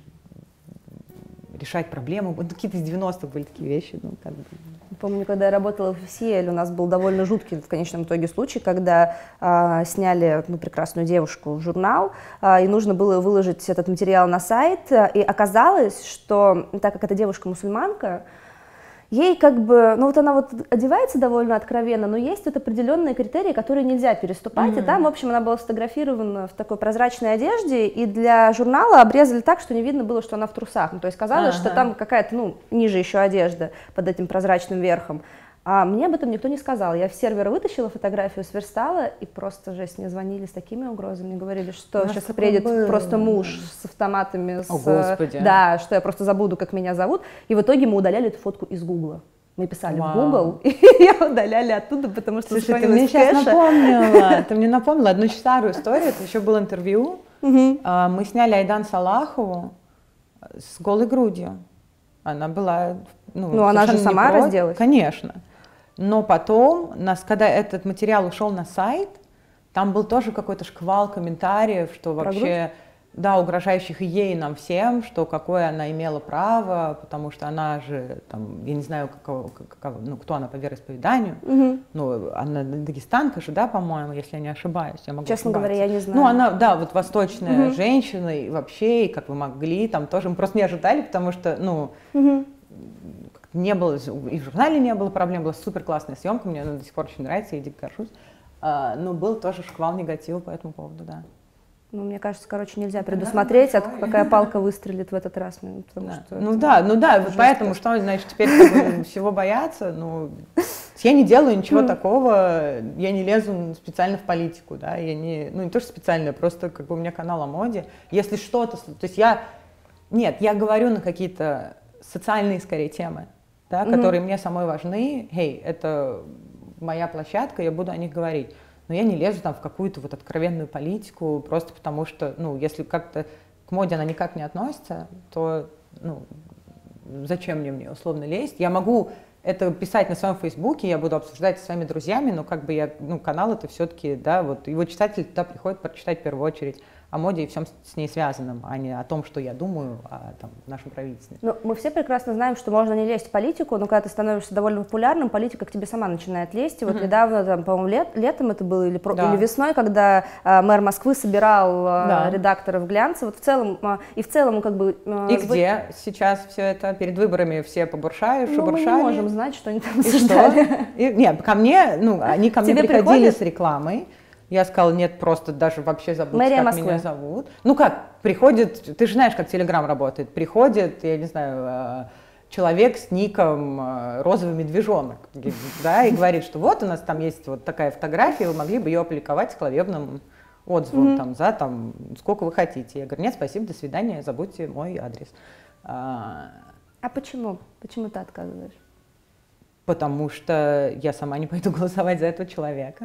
решать проблему. Ну, какие-то из девяностых были такие вещи, ну, как бы. Помню, когда я работала в си эл, у нас был довольно жуткий в конечном итоге случай, когда а, сняли ну, прекрасную девушку в журнал, а, и нужно было выложить этот материал на сайт, и оказалось, что, так как эта девушка мусульманка, ей как бы, ну вот она вот одевается довольно откровенно, но есть вот определенные критерии, которые нельзя переступать, mm-hmm. и там, в общем, она была сфотографирована в такой прозрачной одежде, и для журнала обрезали так, что не видно было, что она в трусах, ну, то есть казалось, uh-huh. что там какая-то, ну, ниже еще одежда под этим прозрачным верхом. А мне об этом никто не сказал. Я в сервер вытащила фотографию, сверстала, и просто жесть, мне звонили с такими угрозами, мне говорили, что сейчас приедет было. просто муж с автоматами, с, О, Господи. да, что я просто забуду, как меня зовут. И в итоге мы удаляли эту фотку из Гугла. Мы писали Вау. в Google, и ее удаляли оттуда, потому что... Слушай, ты мне сейчас напомнила, ты мне напомнила одну старую историю, это еще было интервью. Мы сняли Айдан Салахову с голой грудью. Она была... Ну, ну она же сама против. разделась. Конечно. Но потом, нас, когда этот материал ушел на сайт, там был тоже какой-то шквал комментариев, что Про вообще, грудь? да, угрожающих и ей, и нам всем, что какое она имела право, потому что она же, там, я не знаю, какого, какого, ну, кто она по вероисповеданию, угу. ну, она дагестанка же, да, по-моему, если я не ошибаюсь. Я могу Честно ошибаться. говоря, я не знаю. Ну, она, да, вот восточная угу. женщина, и вообще, и как вы могли, там тоже, мы просто не ожидали, потому что, ну, угу. не было, и в журнале не было проблем, была супер классная съемка, мне она до сих пор очень нравится, я дико горжусь. А, но был тоже шквал негатива по этому поводу, да. Ну, мне кажется, короче, нельзя предусмотреть, от, какая палка выстрелит в этот раз. Потому да. что ну да, ну да, жестко. Поэтому что, значит, теперь как бы, всего бояться, ну, я не делаю ничего mm. такого, я не лезу специально в политику, да, я не, ну не то, что специально, просто как бы у меня канал о моде, если что-то, то есть я, нет, я говорю на какие-то социальные, скорее, темы, да, mm-hmm. которые мне самой важны, hey, это моя площадка, я буду о них говорить. Но я не лезу там в какую-то вот откровенную политику, просто потому что, ну, если как-то к моде она никак не относится, то, ну, зачем мне мне условно лезть? Я могу это писать на своем фейсбуке, я буду обсуждать со своими друзьями, но как бы я, ну, канал это все-таки, да, вот его читатель туда приходит прочитать в первую очередь о моде и всем с ней связанном, а не о том, что я думаю о там, нашем правительстве. Ну, мы все прекрасно знаем, что можно не лезть в политику, но когда ты становишься довольно популярным, политика к тебе сама начинает лезть. И вот mm-hmm. недавно, там, по-моему, лет, летом это было, или, про, да. или весной, когда э, мэр Москвы собирал э, да. редакторов «Глянца», вот в целом, э, и в целом как бы... Э, и где вы... сейчас все это? Перед выборами все побуршали, ну, шебуршали? мы не можем знать, что они там обсуждали. И, нет, ко мне, ну, они ко мне приходили приходят? с рекламой. Я сказала, нет, просто даже вообще забудьте, Мэрия как Москвы. меня зовут. Ну как, приходит, ты же знаешь, как Телеграм работает, приходит, я не знаю, человек с ником «Розовый медвежонок», да, и говорит, что вот у нас там есть вот такая фотография, вы могли бы ее опубликовать с хлебным отзывом, mm-hmm. там, за там, сколько вы хотите. Я говорю, нет, спасибо, до свидания, забудьте мой адрес. А, а почему? Почему ты отказываешь? Потому что я сама не пойду голосовать за этого человека.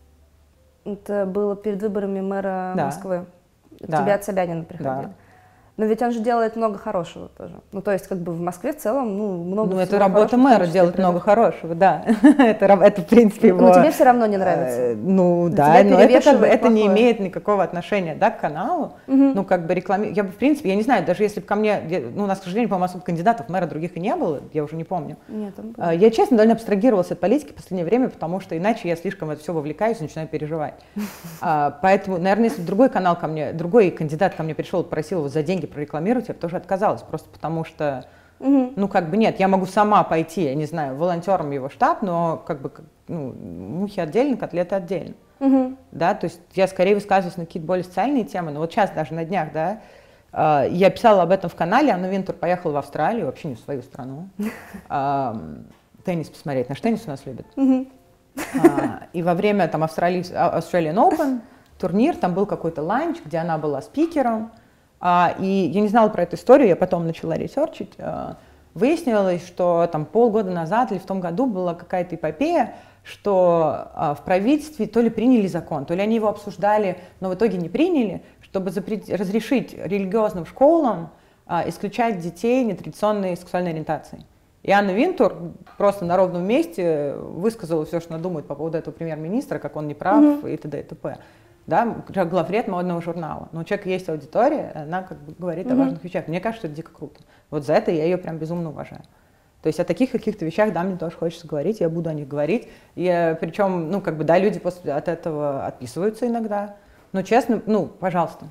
Это было перед выборами мэра да. Москвы. Да. Тебе от Собянина приходили. Да. Но ведь он же делает много хорошего тоже. Ну, то есть, как бы в Москве в целом, ну, много Ну, это работа мэра делать много хорошего, да. это, это, в принципе, его... Но тебе все равно не нравится. Э, ну, да, но это, как бы, это не имеет никакого отношения, да, к каналу. Угу. Ну, как бы рекламировать... Я бы, в принципе, я не знаю, даже если бы ко мне... Ну, у нас, к сожалению, по-моему, особо кандидатов в мэра других и не было, я уже не помню. Нет, там было. Я, честно, довольно абстрагировалась от политики в последнее время, потому что иначе я слишком в это все вовлекаюсь и начинаю переживать. Поэтому, наверное, если другой канал ко мне, другой кандидат ко мне пришел и просил его за деньги прорекламировать, я бы тоже отказалась, просто потому что, угу. ну, как бы нет, я могу сама пойти, я не знаю, волонтером в его штаб, но, как бы, ну, мухи отдельно, котлеты отдельно, угу. да, то есть я скорее высказываюсь на какие-то более социальные темы, но вот сейчас даже на днях, да, э, я писала об этом в канале, Анна Винтур поехала в Австралию, вообще не в свою страну, э, теннис посмотреть, наш теннис у нас любят, угу. э, и во время, там, Australian Open турнир, там был какой-то ланч, где она была спикером. А, и я не знала про эту историю, я потом начала ресерчить. А, выяснилось, что там полгода назад или в том году была какая-то эпопея, что а, в правительстве то ли приняли закон, то ли они его обсуждали, но в итоге не приняли, чтобы запретить, разрешить религиозным школам а, исключать детей нетрадиционной сексуальной ориентации. И Анна Винтур просто на ровном месте высказала все, что она думает по поводу этого премьер-министра, как он неправ mm-hmm. и т.д. и т.п. Да, главред модного журнала. Но у человека есть аудитория, она как бы говорит mm-hmm. о важных вещах. Мне кажется, это дико круто. Вот за это я ее прям безумно уважаю. То есть о таких каких-то вещах, да, мне тоже хочется говорить, я буду о них говорить. И, причем, ну, как бы, да, люди после от этого отписываются иногда. Но честно, ну, пожалуйста.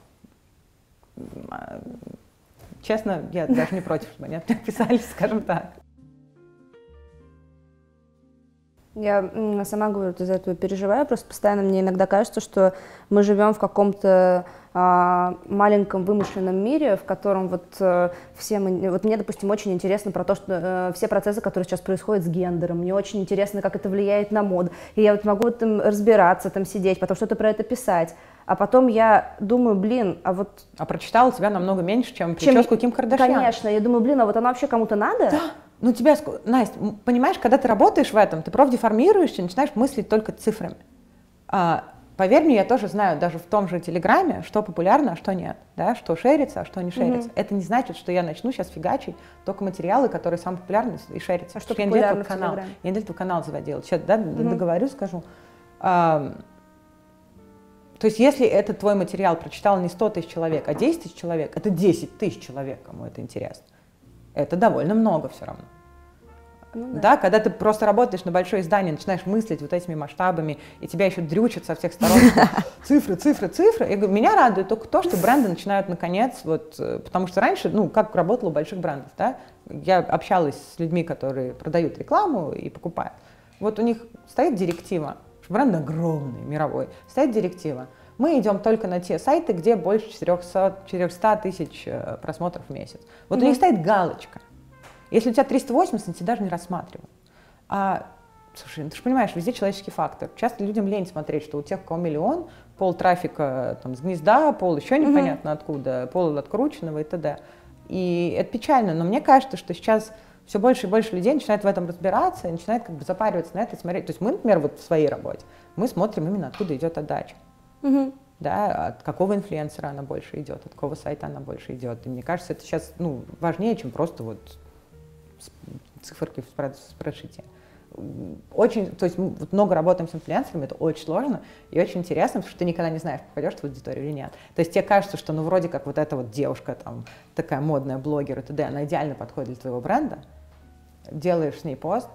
Честно, я даже не против, чтобы они отписались, скажем так. Я сама говорю, из-за этого переживаю, просто постоянно мне иногда кажется, что мы живем в каком-то а, маленьком вымышленном мире, в котором вот а, все мы, вот мне, допустим, очень интересно про то, что а, все процессы, которые сейчас происходят с гендером, мне очень интересно, как это влияет на мод, и я вот могу там разбираться, там сидеть, потом что-то про это писать, а потом я думаю, блин, а вот... А прочитала тебя намного меньше, чем прическу Ким Кардашьян. Конечно, я думаю, блин, а вот она вообще кому-то надо? Да. Ну, тебя, Настя, понимаешь, когда ты работаешь в этом, ты профдеформируешься, начинаешь мыслить только цифрами. А, поверь мне, я тоже знаю, даже в том же Телеграме, что популярно, а что нет, да, что шерится, а что не шерится. Mm-hmm. Это не значит, что я начну сейчас фигачить только материалы, которые самые популярные и шерятся. А что я популярно в канал, Телеграме? Я для этого канал заводила. Сейчас, да, mm-hmm. договорю, скажу. А, то есть, если этот твой материал прочитал не сто тысяч человек, а десять тысяч человек, это десять тысяч человек, кому это интересно. Это довольно много все равно. Ну, да. да, когда ты просто работаешь на большое издание, начинаешь мыслить вот этими масштабами, и тебя еще дрючат со всех сторон, цифры, цифры, цифры. Я говорю, меня радует только то, что бренды начинают наконец, вот, потому что раньше, ну, как работало у больших брендов, да, я общалась с людьми, которые продают рекламу и покупают. Вот у них стоит директива, бренд огромный, мировой, стоит директива. Мы идем только на те сайты, где больше четыреста тысяч просмотров в месяц. Вот mm-hmm. у них стоит галочка. Если у тебя триста восемьдесят, они тебя даже не рассматривают. А, слушай, ну ты же понимаешь, везде человеческий фактор. Часто людям лень смотреть, что у тех, у кого миллион, пол трафика там, с гнезда, пол еще непонятно mm-hmm. откуда, пол открученного и т.д. И это печально, но мне кажется, что сейчас все больше и больше людей начинают в этом разбираться, начинают как бы запариваться на это и смотреть. То есть мы, например, вот в своей работе, мы смотрим именно, откуда идет отдача. Mm-hmm. Да, от какого инфлюенсера она больше идет, от какого сайта она больше идет. И мне кажется, это сейчас ну, важнее, чем просто вот циферки в спредшите. Очень, то есть мы вот много работаем с инфлюенсерами, это очень сложно и очень интересно, потому что ты никогда не знаешь, попадешь в аудиторию или нет. То есть тебе кажется, что ну вроде как вот эта вот девушка, там, такая модная блогер и т.д., она идеально подходит для твоего бренда, делаешь с ней пост,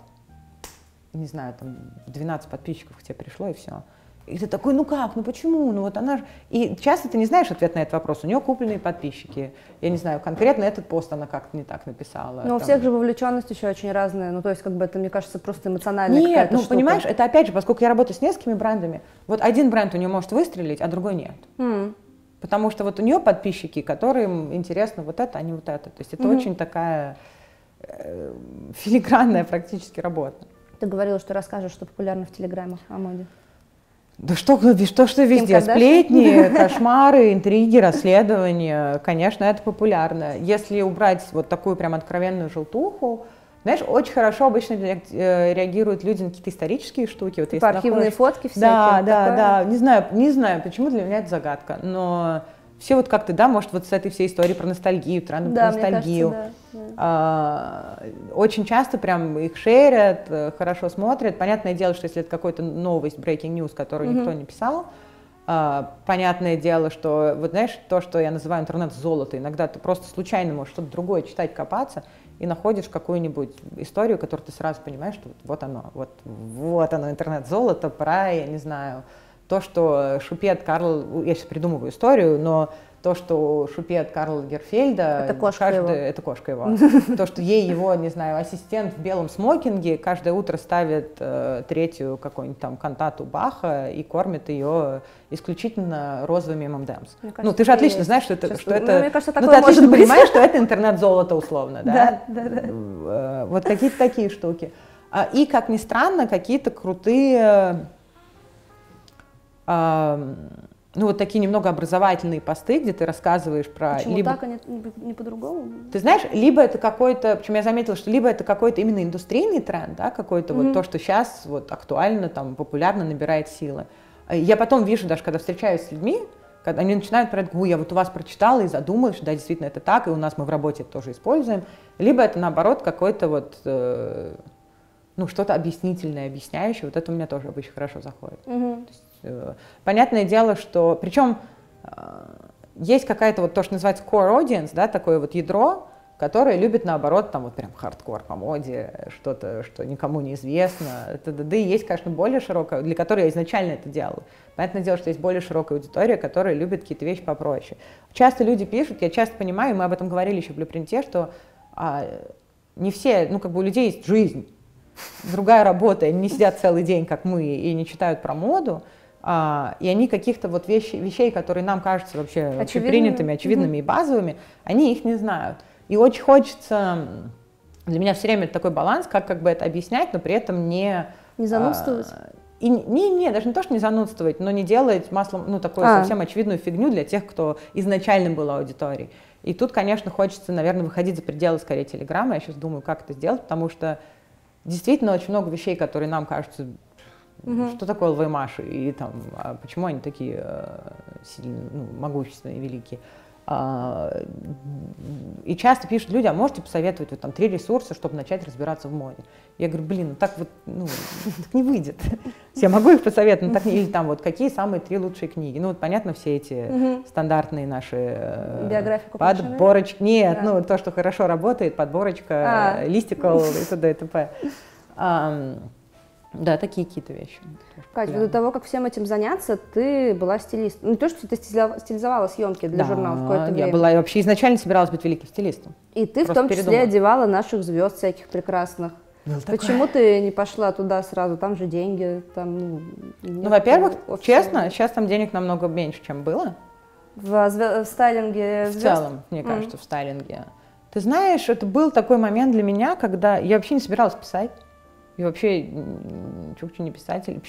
не знаю, там двенадцать подписчиков к тебе пришло и все. И ты такой, ну как, ну почему, ну вот она же... И часто ты не знаешь ответ на этот вопрос, у нее купленные подписчики, я не знаю, конкретно этот пост она как-то не так написала. Но у всех же вовлеченность еще очень разная, ну то есть как бы это, мне кажется, просто эмоциональная какая-то Нет, ну штука. Понимаешь, это опять же, поскольку я работаю с несколькими брендами, вот один бренд у нее может выстрелить, а другой нет. Mm. Потому что вот у нее подписчики, которым интересно вот это, а не вот это. То есть это mm-hmm. очень такая э, филигранная практически работа. Ты говорила, что расскажешь, что популярно в Телеграме о моде. Да что, что, что везде, сплетни, кошмары, интриги, расследования, конечно, это популярно. Если убрать вот такую прям откровенную желтуху, знаешь, очень хорошо обычно реагируют люди на какие-то исторические штуки. Вот типа архивные находишь... фотки всякие. Да, да, такое? да, не знаю, не знаю, почему для меня это загадка, но все вот как-то, да, может, вот с этой всей историей про ностальгию, тренд да, про ностальгию. Кажется, да, да. А, очень часто прям их шерят, хорошо смотрят. Понятное дело, что если это какая-то новость, breaking news, которую mm-hmm. никто не писал, а, понятное дело, что, вот знаешь, то, что я называю интернет-золото, иногда ты просто случайно можешь что-то другое читать, копаться, и находишь какую-нибудь историю, которую ты сразу понимаешь, что вот оно, вот, вот оно, интернет-золото про, я не знаю, то, что шупет Карл, я сейчас придумываю историю, но то, что шупет Карла Герфельда, это кошка каждый, его. Это кошка его. То, что ей его, не знаю, ассистент в белом смокинге каждое утро ставит э, третью какую-нибудь там кантату Баха и кормит ее исключительно розовыми эм энд эмс. Ну, ты же отлично знаешь, что это... Что это ну, мне кажется, ну, ты отлично быть. понимаешь, что это интернет-золото условно, да? Да, да, да. Вот какие-то такие штуки. И, как ни странно, какие-то крутые... ну, вот такие немного образовательные посты, где ты рассказываешь про... Почему либо... так, а не, не по-другому? Ты знаешь, либо это какой-то, причем я заметила, что либо это какой-то именно индустрийный тренд, да, какой-то mm-hmm. вот то, что сейчас вот актуально, там, популярно, набирает силы. Я потом вижу, даже когда встречаюсь с людьми, когда они начинают про это, я вот у вас прочитала и задумалась, да, действительно это так, и у нас мы в работе это тоже используем. Либо это, наоборот, какой-то вот... Э, ну, что-то объяснительное, объясняющее, вот это у меня тоже обычно хорошо заходит. Mm-hmm. То есть, э, понятное дело, что, причем э, есть какая-то вот то, что называется core audience, да, такое вот ядро, которое любит, наоборот, там вот прям хардкор по моде, что-то, что никому не известно. Это, да, и есть, конечно, более широкая, для которой я изначально это делала. Понятное дело, что есть более широкая аудитория, которая любит какие-то вещи попроще. Часто люди пишут, я часто понимаю, мы об этом говорили еще в Блюпринте, что а, не все, ну, как бы у людей есть жизнь, другая работа, они не сидят целый день, как мы, и не читают про моду, а, и они каких-то вот вещи, вещей, которые нам кажутся вообще общепринятыми, очевидными mm-hmm. и базовыми, они их не знают. И очень хочется, для меня все время это такой баланс, как, как бы это объяснять, но при этом не... Не занудствовать? А, и не, не, даже не то, что не занудствовать, но не делать маслом, ну, такую а. совсем очевидную фигню для тех, кто изначально был аудиторией. И тут, конечно, хочется, наверное, выходить за пределы, скорее, Телеграма. Я сейчас думаю, как это сделать, потому что действительно очень много вещей, которые нам кажутся, угу. что такое ЛВМаш, и там, а почему они такие э, сильные, ну, могущественные, великие. А, и часто пишут люди, а можете посоветовать вот, там, три ресурса, чтобы начать разбираться в моде? Я говорю, блин, ну так вот, ну, так не выйдет. Я могу их посоветовать, но так не, или там вот, какие самые три лучшие книги? Ну вот понятно, все эти угу. стандартные наши э, подборочки. Нет, да. ну то, что хорошо работает, подборочка, а. листикл и т.д. и т.п. А, да, такие какие-то вещи. Катя, до того, как всем этим заняться, ты была стилистом. Ну, не то, что ты стилизовала съемки для да, журнала какое-то время. Я была, я вообще изначально собиралась быть великим стилистом. И ты Просто в том числе передумала. Одевала наших звезд всяких прекрасных. Был Почему такой. Ты не пошла туда сразу? Там же деньги. Там, ну, ну во-первых, честно, сейчас там денег намного меньше, чем было. В, в стайлинге звезд? В целом, мне mm. кажется, в стайлинге. Ты знаешь, это был такой момент для меня, когда я вообще не собиралась писать. И вообще, чукчу не писатель.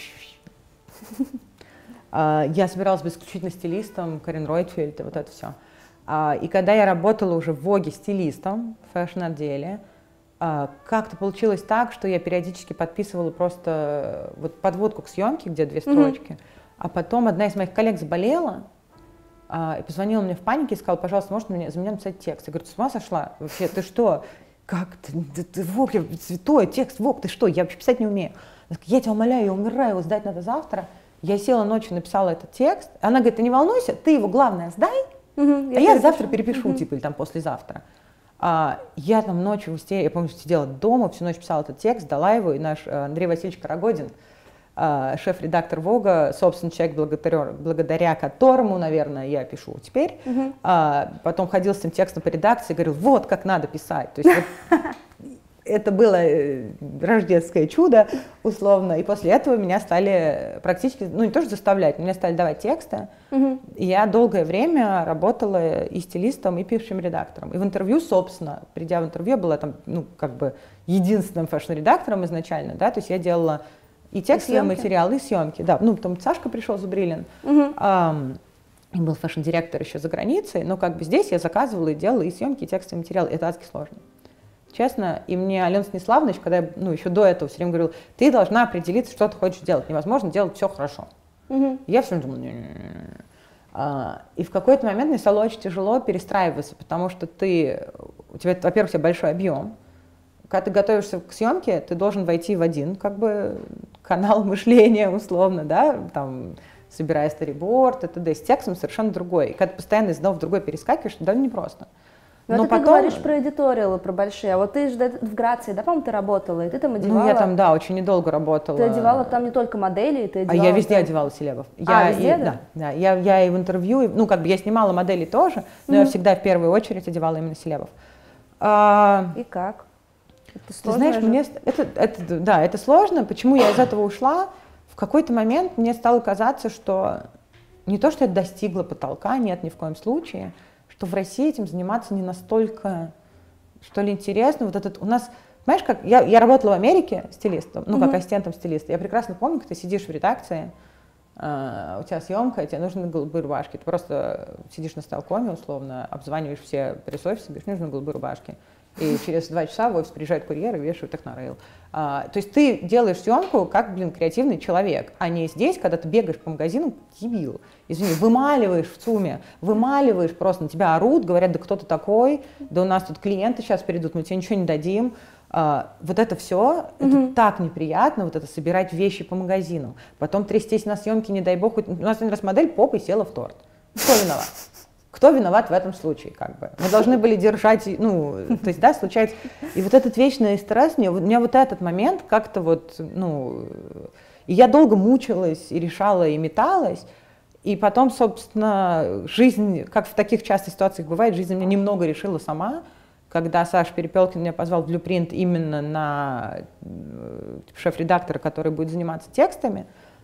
Я собиралась быть исключительно стилистом, Карен Ройтфельд и вот это все. И когда я работала уже в Воге стилистом в фэшн-отделе, как-то получилось так, что я периодически подписывала просто вот подводку к съемке, где две строчки, mm-hmm. а потом одна из моих коллег заболела и позвонила мне в панике и сказала, пожалуйста, можешь мне, за меня написать текст? Я говорю, ты с ума сошла? Вообще, ты что? Как ты, ты, ты Вог, я святой, текст, Вог, ты что, я вообще писать не умею. Я тебя умоляю, я умираю, его сдать надо завтра. Я села ночью, написала этот текст. Она говорит, ты не волнуйся, ты его, главное, сдай, угу, а я, я завтра перепишу, угу. типа, или там послезавтра. А, я там ночью, я помню, сидела дома, всю ночь писала этот текст, дала его, и наш Андрей Васильевич Карагодин, шеф-редактор Вога, собственно, человек, благодаря, благодаря которому, наверное, я пишу теперь. Uh-huh. А, потом ходил с этим текстом по редакции и говорил, вот как надо писать. То есть вот, это было рождественское чудо, условно. И после этого меня стали практически, ну не то что заставлять, меня стали давать тексты. Uh-huh. И я долгое время работала и стилистом, и певшим редактором. И в интервью, собственно, придя в интервью, я была там, ну, как бы единственным фэшн-редактором изначально, да, то есть я делала и текстовые материалы, и съемки. Да. Ну, потом Сашка пришел, Зубрилин, угу. um, и был фэшн-директор еще за границей, но как бы здесь я заказывала и делала и съемки, и текстовые материалы. Это адски сложно. Честно. И мне Алена Станиславович, когда я, ну, еще до этого все время говорил, ты должна определиться, что ты хочешь делать. Невозможно делать все хорошо. Угу. Я все время думала, не-не-не. И в какой-то момент мне стало очень тяжело перестраиваться, потому что ты, у тебя, во-первых, у тебя большой объем. Когда ты готовишься к съемке, ты должен войти в один как бы канал мышления условно, да, там, собирая сториборд, и т.д. С текстом совершенно другой. И когда ты постоянно из одного в другой перескакиваешь, это довольно непросто. Но, Но это потом... ты говоришь про эдиториалы, про большие, а вот ты же в Грации, да, по-моему, ты работала, и ты там одевала... Ну, я там, да, очень недолго работала. Ты одевала там не только модели, ты одевала... А я везде там... одевала селебов. А, я везде, и, да? Да, да. Я, я и в интервью, и, ну, как бы я снимала модели тоже, но mm-hmm. я всегда в первую очередь одевала именно селебов. А... И как? Это ты знаешь, же? мне... Это, это, да, это сложно. Почему я из этого ушла? В какой-то момент мне стало казаться, что не то, что я достигла потолка, нет, ни в коем случае, что в России этим заниматься не настолько, что ли, интересно. Вот этот у нас, знаешь, как я, я работала в Америке стилистом, ну, mm-hmm. как ассистентом стилиста. Я прекрасно помню, когда ты сидишь в редакции, э, у тебя съемка, тебе нужны голубые рубашки. Ты просто сидишь на столкоме, условно, обзваниваешь все пресс-офисы, говоришь, мне нужны голубые рубашки. И через два часа в офис приезжают курьеры и вешают их на рейл. А, то есть ты делаешь съемку как, блин, креативный человек, а не здесь, когда ты бегаешь по магазину, дебил, извини, вымаливаешь в ЦУМе, вымаливаешь просто, на тебя орут, говорят, да кто ты такой, да у нас тут клиенты сейчас перейдут, мы тебе ничего не дадим. А, вот это все, mm-hmm. это так неприятно, вот это собирать вещи по магазину, потом трястись на съемке, не дай бог, у нас один раз модель попой села в торт. Кто виноват? Кто виноват в этом случае, как бы? Мы должны были держать, ну, то есть, да, случается. И вот этот вечный стресс, мне, у меня вот этот момент как-то вот, ну, и я долго мучилась, и решала, и металась, и потом, собственно, жизнь, как в таких частых ситуациях бывает, жизнь меня немного решила сама, когда Саша Перепелкин меня позвал в Blueprint именно на шеф-редактора, который будет заниматься текстами.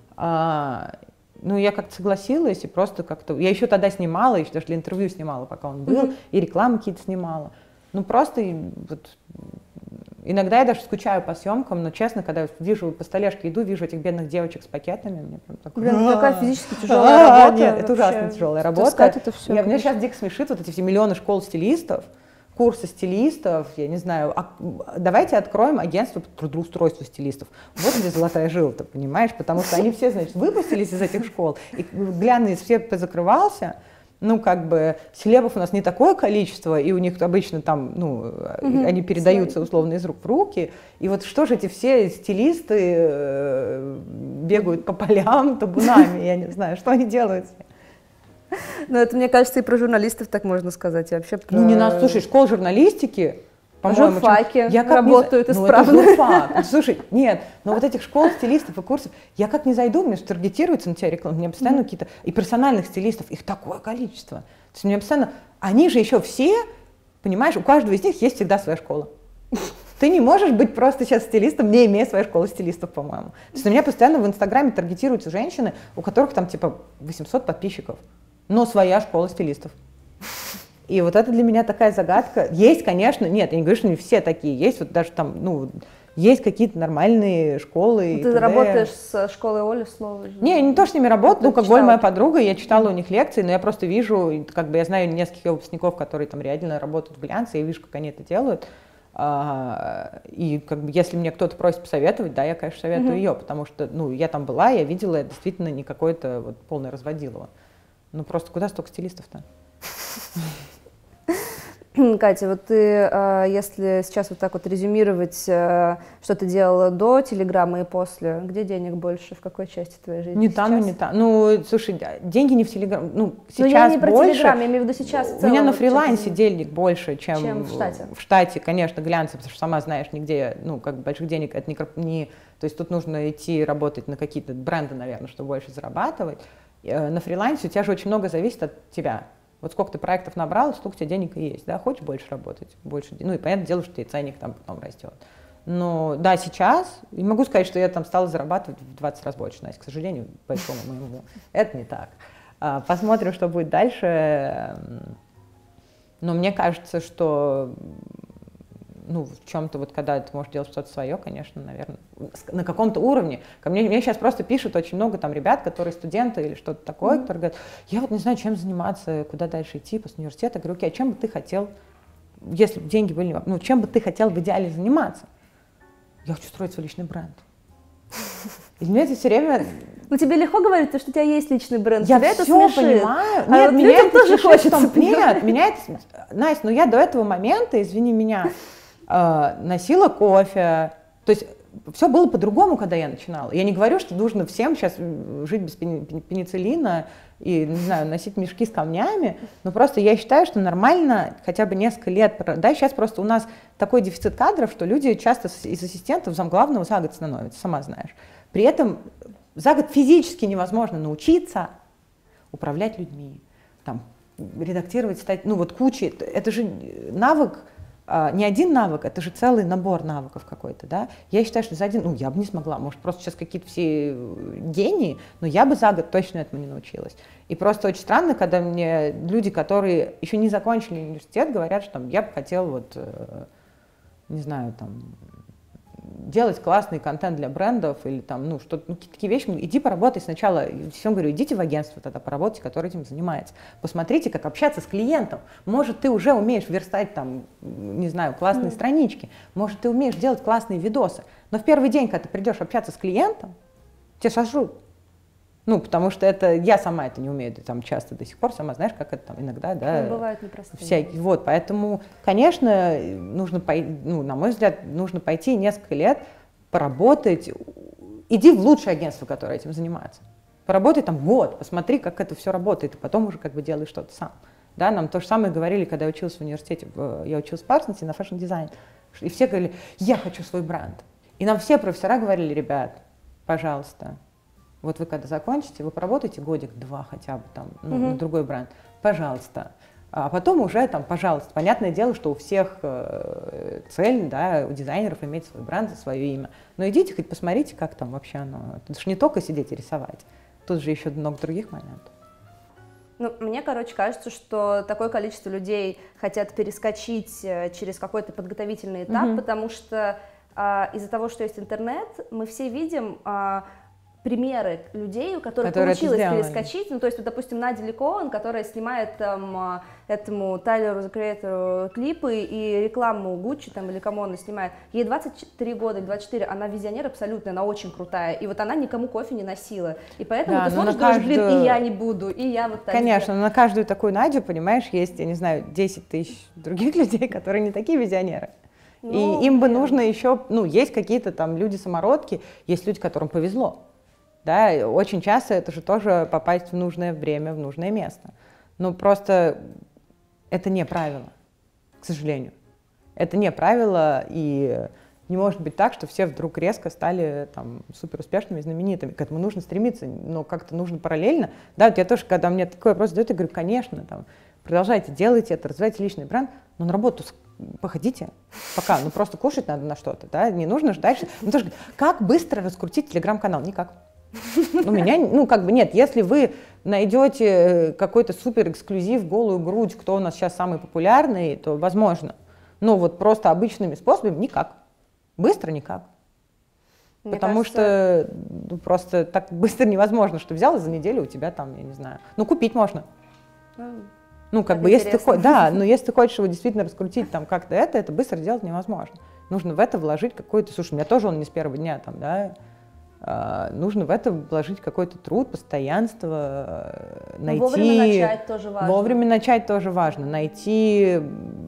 Ну, я как-то согласилась и просто как-то... Я еще тогда снимала, еще даже для интервью снимала, пока он был, mm-hmm. и рекламы какие-то снимала. Ну, просто вот... Иногда я даже скучаю по съемкам, но, честно, когда вижу по столешке иду, вижу этих бедных девочек с пакетами, мне прям так... Блин, это такая физически тяжелая работа. Нет, это ужасно тяжелая работа. Это все, я, меня сейчас дико смешит вот эти все миллионы школ стилистов, курсы стилистов, я не знаю, а, давайте откроем агентство по трудоустройству стилистов. Вот где золотая жила-то, понимаешь? Потому что они все, значит, выпустились из этих школ, и глянец все позакрывался, ну, как бы, селебов у нас не такое количество, и у них обычно там, ну, mm-hmm. они передаются условно из рук в руки, и вот что же эти все стилисты э, бегают по полям табунами, я не знаю, что они делают? Ну, это, мне кажется, и про журналистов так можно сказать. И вообще про... Ну, не нас, слушай, школ журналистики, по-моему, журфаки я работают не... исправно. Ну, это журфак. Слушай, нет, но вот этих школ стилистов и курсов, я как не зайду, мне что таргетируется на тебя реклама, мне постоянно mm-hmm. какие-то, и персональных стилистов, их такое количество. То есть мне постоянно, они же еще все, понимаешь, у каждого из них есть всегда своя школа. Ты не можешь быть просто сейчас стилистом, не имея своей школы стилистов, по-моему. То есть у меня постоянно в Инстаграме таргетируются женщины, у которых там типа восемьсот подписчиков. Но своя школа стилистов. И вот это для меня такая загадка. Есть, конечно, нет, я не говорю, что не все такие. Есть вот даже там, ну, есть какие-то нормальные школы. Ты работаешь с школой Оли Словой? Не, не то, что с ними работаю. Ну, как Оля моя подруга, я читала у них лекции, но я просто вижу, как бы я знаю нескольких выпускников, которые там реально работают в глянце, я вижу, как они это делают. И как бы если мне кто-то просит посоветовать, да, я, конечно, советую mm-hmm. ее, потому что, ну, я там была, я видела, это действительно не какое-то вот полное разводилово. Ну просто куда столько стилистов-то? Катя, вот ты, если сейчас вот так вот резюмировать, что ты делала до Телеграма и после, где денег больше, в какой части твоей жизни? Не там и не там. Ну, слушай, деньги не в Телеграме. Ну, сейчас больше. Ну, я не про Телеграм, я имею в виду сейчас в целом. У меня на фрилансе денег больше, чем, чем в штате. В штате, конечно, глянце, потому что сама знаешь, нигде, ну, как бы больших денег это не, не... То есть тут нужно идти работать на какие-то бренды, наверное, чтобы больше зарабатывать. На фрилансе у тебя же очень много зависит от тебя. Вот сколько ты проектов набрал, столько у тебя денег и есть, да, хочешь больше работать, больше, ну и понятное дело, что и ценник там потом растет. Но да, сейчас, не могу сказать, что я там стала зарабатывать в двадцать раз больше, Настя, к сожалению, большому моему, это не так. Посмотрим, что будет дальше, но мне кажется, что ну, в чем-то, вот когда ты можешь делать что-то свое, конечно, наверное, на каком-то уровне. Ко мне, мне сейчас просто пишут очень много там ребят, которые студенты или что-то такое, mm-hmm. которые говорят, я вот не знаю, чем заниматься, куда дальше идти после университета. Я говорю, окей, а чем бы ты хотел, если бы деньги были, ну, чем бы ты хотел в идеале заниматься? Я хочу строить свой личный бренд. И для меня это все время, Ну тебе легко говорить, что у тебя есть личный бренд, я тебя все это смешит. понимаю. А Нет, вот меня людям это тоже смешит, хочется. том- Нет, меня это... Настя, ну я до этого момента, извини меня, э, носила кофе. То есть все было по-другому, когда я начинала. Я не говорю, что нужно всем сейчас жить без пенициллина и, не знаю, носить мешки с камнями, но просто я считаю, что нормально хотя бы несколько лет, да, сейчас просто у нас такой дефицит кадров, что люди часто из ассистентов замглавного за год становятся, сама знаешь. При этом за год физически невозможно научиться управлять людьми, там, редактировать статьи, ну вот куча, это же навык, не один навык, это же целый набор навыков какой-то, да. Я считаю, что за один, ну, я бы не смогла, может, просто сейчас какие-то все гении, но я бы за год точно этому не научилась. И просто очень странно, когда мне люди, которые еще не закончили университет, говорят, что там, я бы хотел вот, не знаю, там, делать классный контент для брендов или там, ну, что-то, ну, какие-то такие вещи, иди поработай сначала, всем говорю, идите в агентство тогда поработайте, которое этим занимается. Посмотрите, как общаться с клиентом. Может, ты уже умеешь верстать там, не знаю, классные mm. странички, может, ты умеешь делать классные видосы, но в первый день, когда ты придешь общаться с клиентом, тебя сожрут. Ну, потому что это, я сама это не умею, ты там часто до сих пор сама знаешь, как это там иногда, да. Ну, бывает непросто. Всякие, вот, поэтому, конечно, нужно, ну, на мой взгляд, нужно пойти несколько лет, поработать, иди в лучшее агентство, которое этим занимается. Поработай там год, посмотри, как это все работает, и потом уже как бы делай что-то сам. Да, нам то же самое говорили, когда я училась в университете, я училась в Парсонсе на фэшн-дизайн, и все говорили, я хочу свой бренд. И нам все профессора говорили, ребят, пожалуйста, вот вы когда закончите, вы поработаете годик-два хотя бы там, ну, mm-hmm. на другой бренд, пожалуйста. А потом уже там, пожалуйста. Понятное дело, что у всех э, цель, да, у дизайнеров иметь свой бренд, свое имя. Но идите хоть посмотрите, как там вообще оно. Это же не только сидеть и рисовать. Тут же еще много других моментов. Ну, мне, короче, кажется, что такое количество людей хотят перескочить через какой-то подготовительный этап, mm-hmm. потому что э, из-за того, что есть интернет, мы все видим э, примеры людей, у которых которые получилось перескочить. Ну, то есть, вот, допустим, Надя Ликоон, которая снимает там, этому Тайлеру, The Creator, клипы и рекламу Гуччи там, или кому она снимает. Ей двадцать три года или двадцать четыре, она визионер абсолютно, она очень крутая. И вот она никому кофе не носила. И поэтому да, ты смотришь, каждую... думаешь, блин, и я не буду, и я вот так. Конечно, но на каждую такую Надю, понимаешь, есть, я не знаю, десять тысяч других людей, которые не такие визионеры. Ну, и им бы нужно еще, ну, есть какие-то там люди-самородки, есть люди, которым повезло. Да, очень часто это же тоже попасть в нужное время, в нужное место. Ну, просто это не правило, к сожалению. Это не правило, и не может быть так, что все вдруг резко стали там суперуспешными, знаменитыми. К этому нужно стремиться, но как-то нужно параллельно. Да, вот я тоже, когда мне такой вопрос задают, я говорю, конечно, там, продолжайте, делайте это, развивайте личный бренд, но на работу походите пока, ну просто кушать надо на что-то, да, не нужно ждать. Ну, тоже, как быстро раскрутить телеграм-канал? Никак. У меня, ну, как бы нет, если вы найдете какой-то супер эксклюзив, голую грудь, кто у нас сейчас самый популярный, то возможно. Но вот просто обычными способами никак. Быстро никак. Мне Потому кажется... что ну, просто так быстро невозможно, что взял и за неделю у тебя там, я не знаю, ну, купить можно. Mm. Ну, как так бы, если ты, да, но если ты хочешь его действительно раскрутить там как-то это, это быстро сделать невозможно. Нужно в это вложить какой-то, слушай, у меня тоже он не с первого дня там, да, Uh, нужно в это вложить какой-то труд, постоянство, найти... Вовремя начать тоже важно. Вовремя начать тоже важно, найти,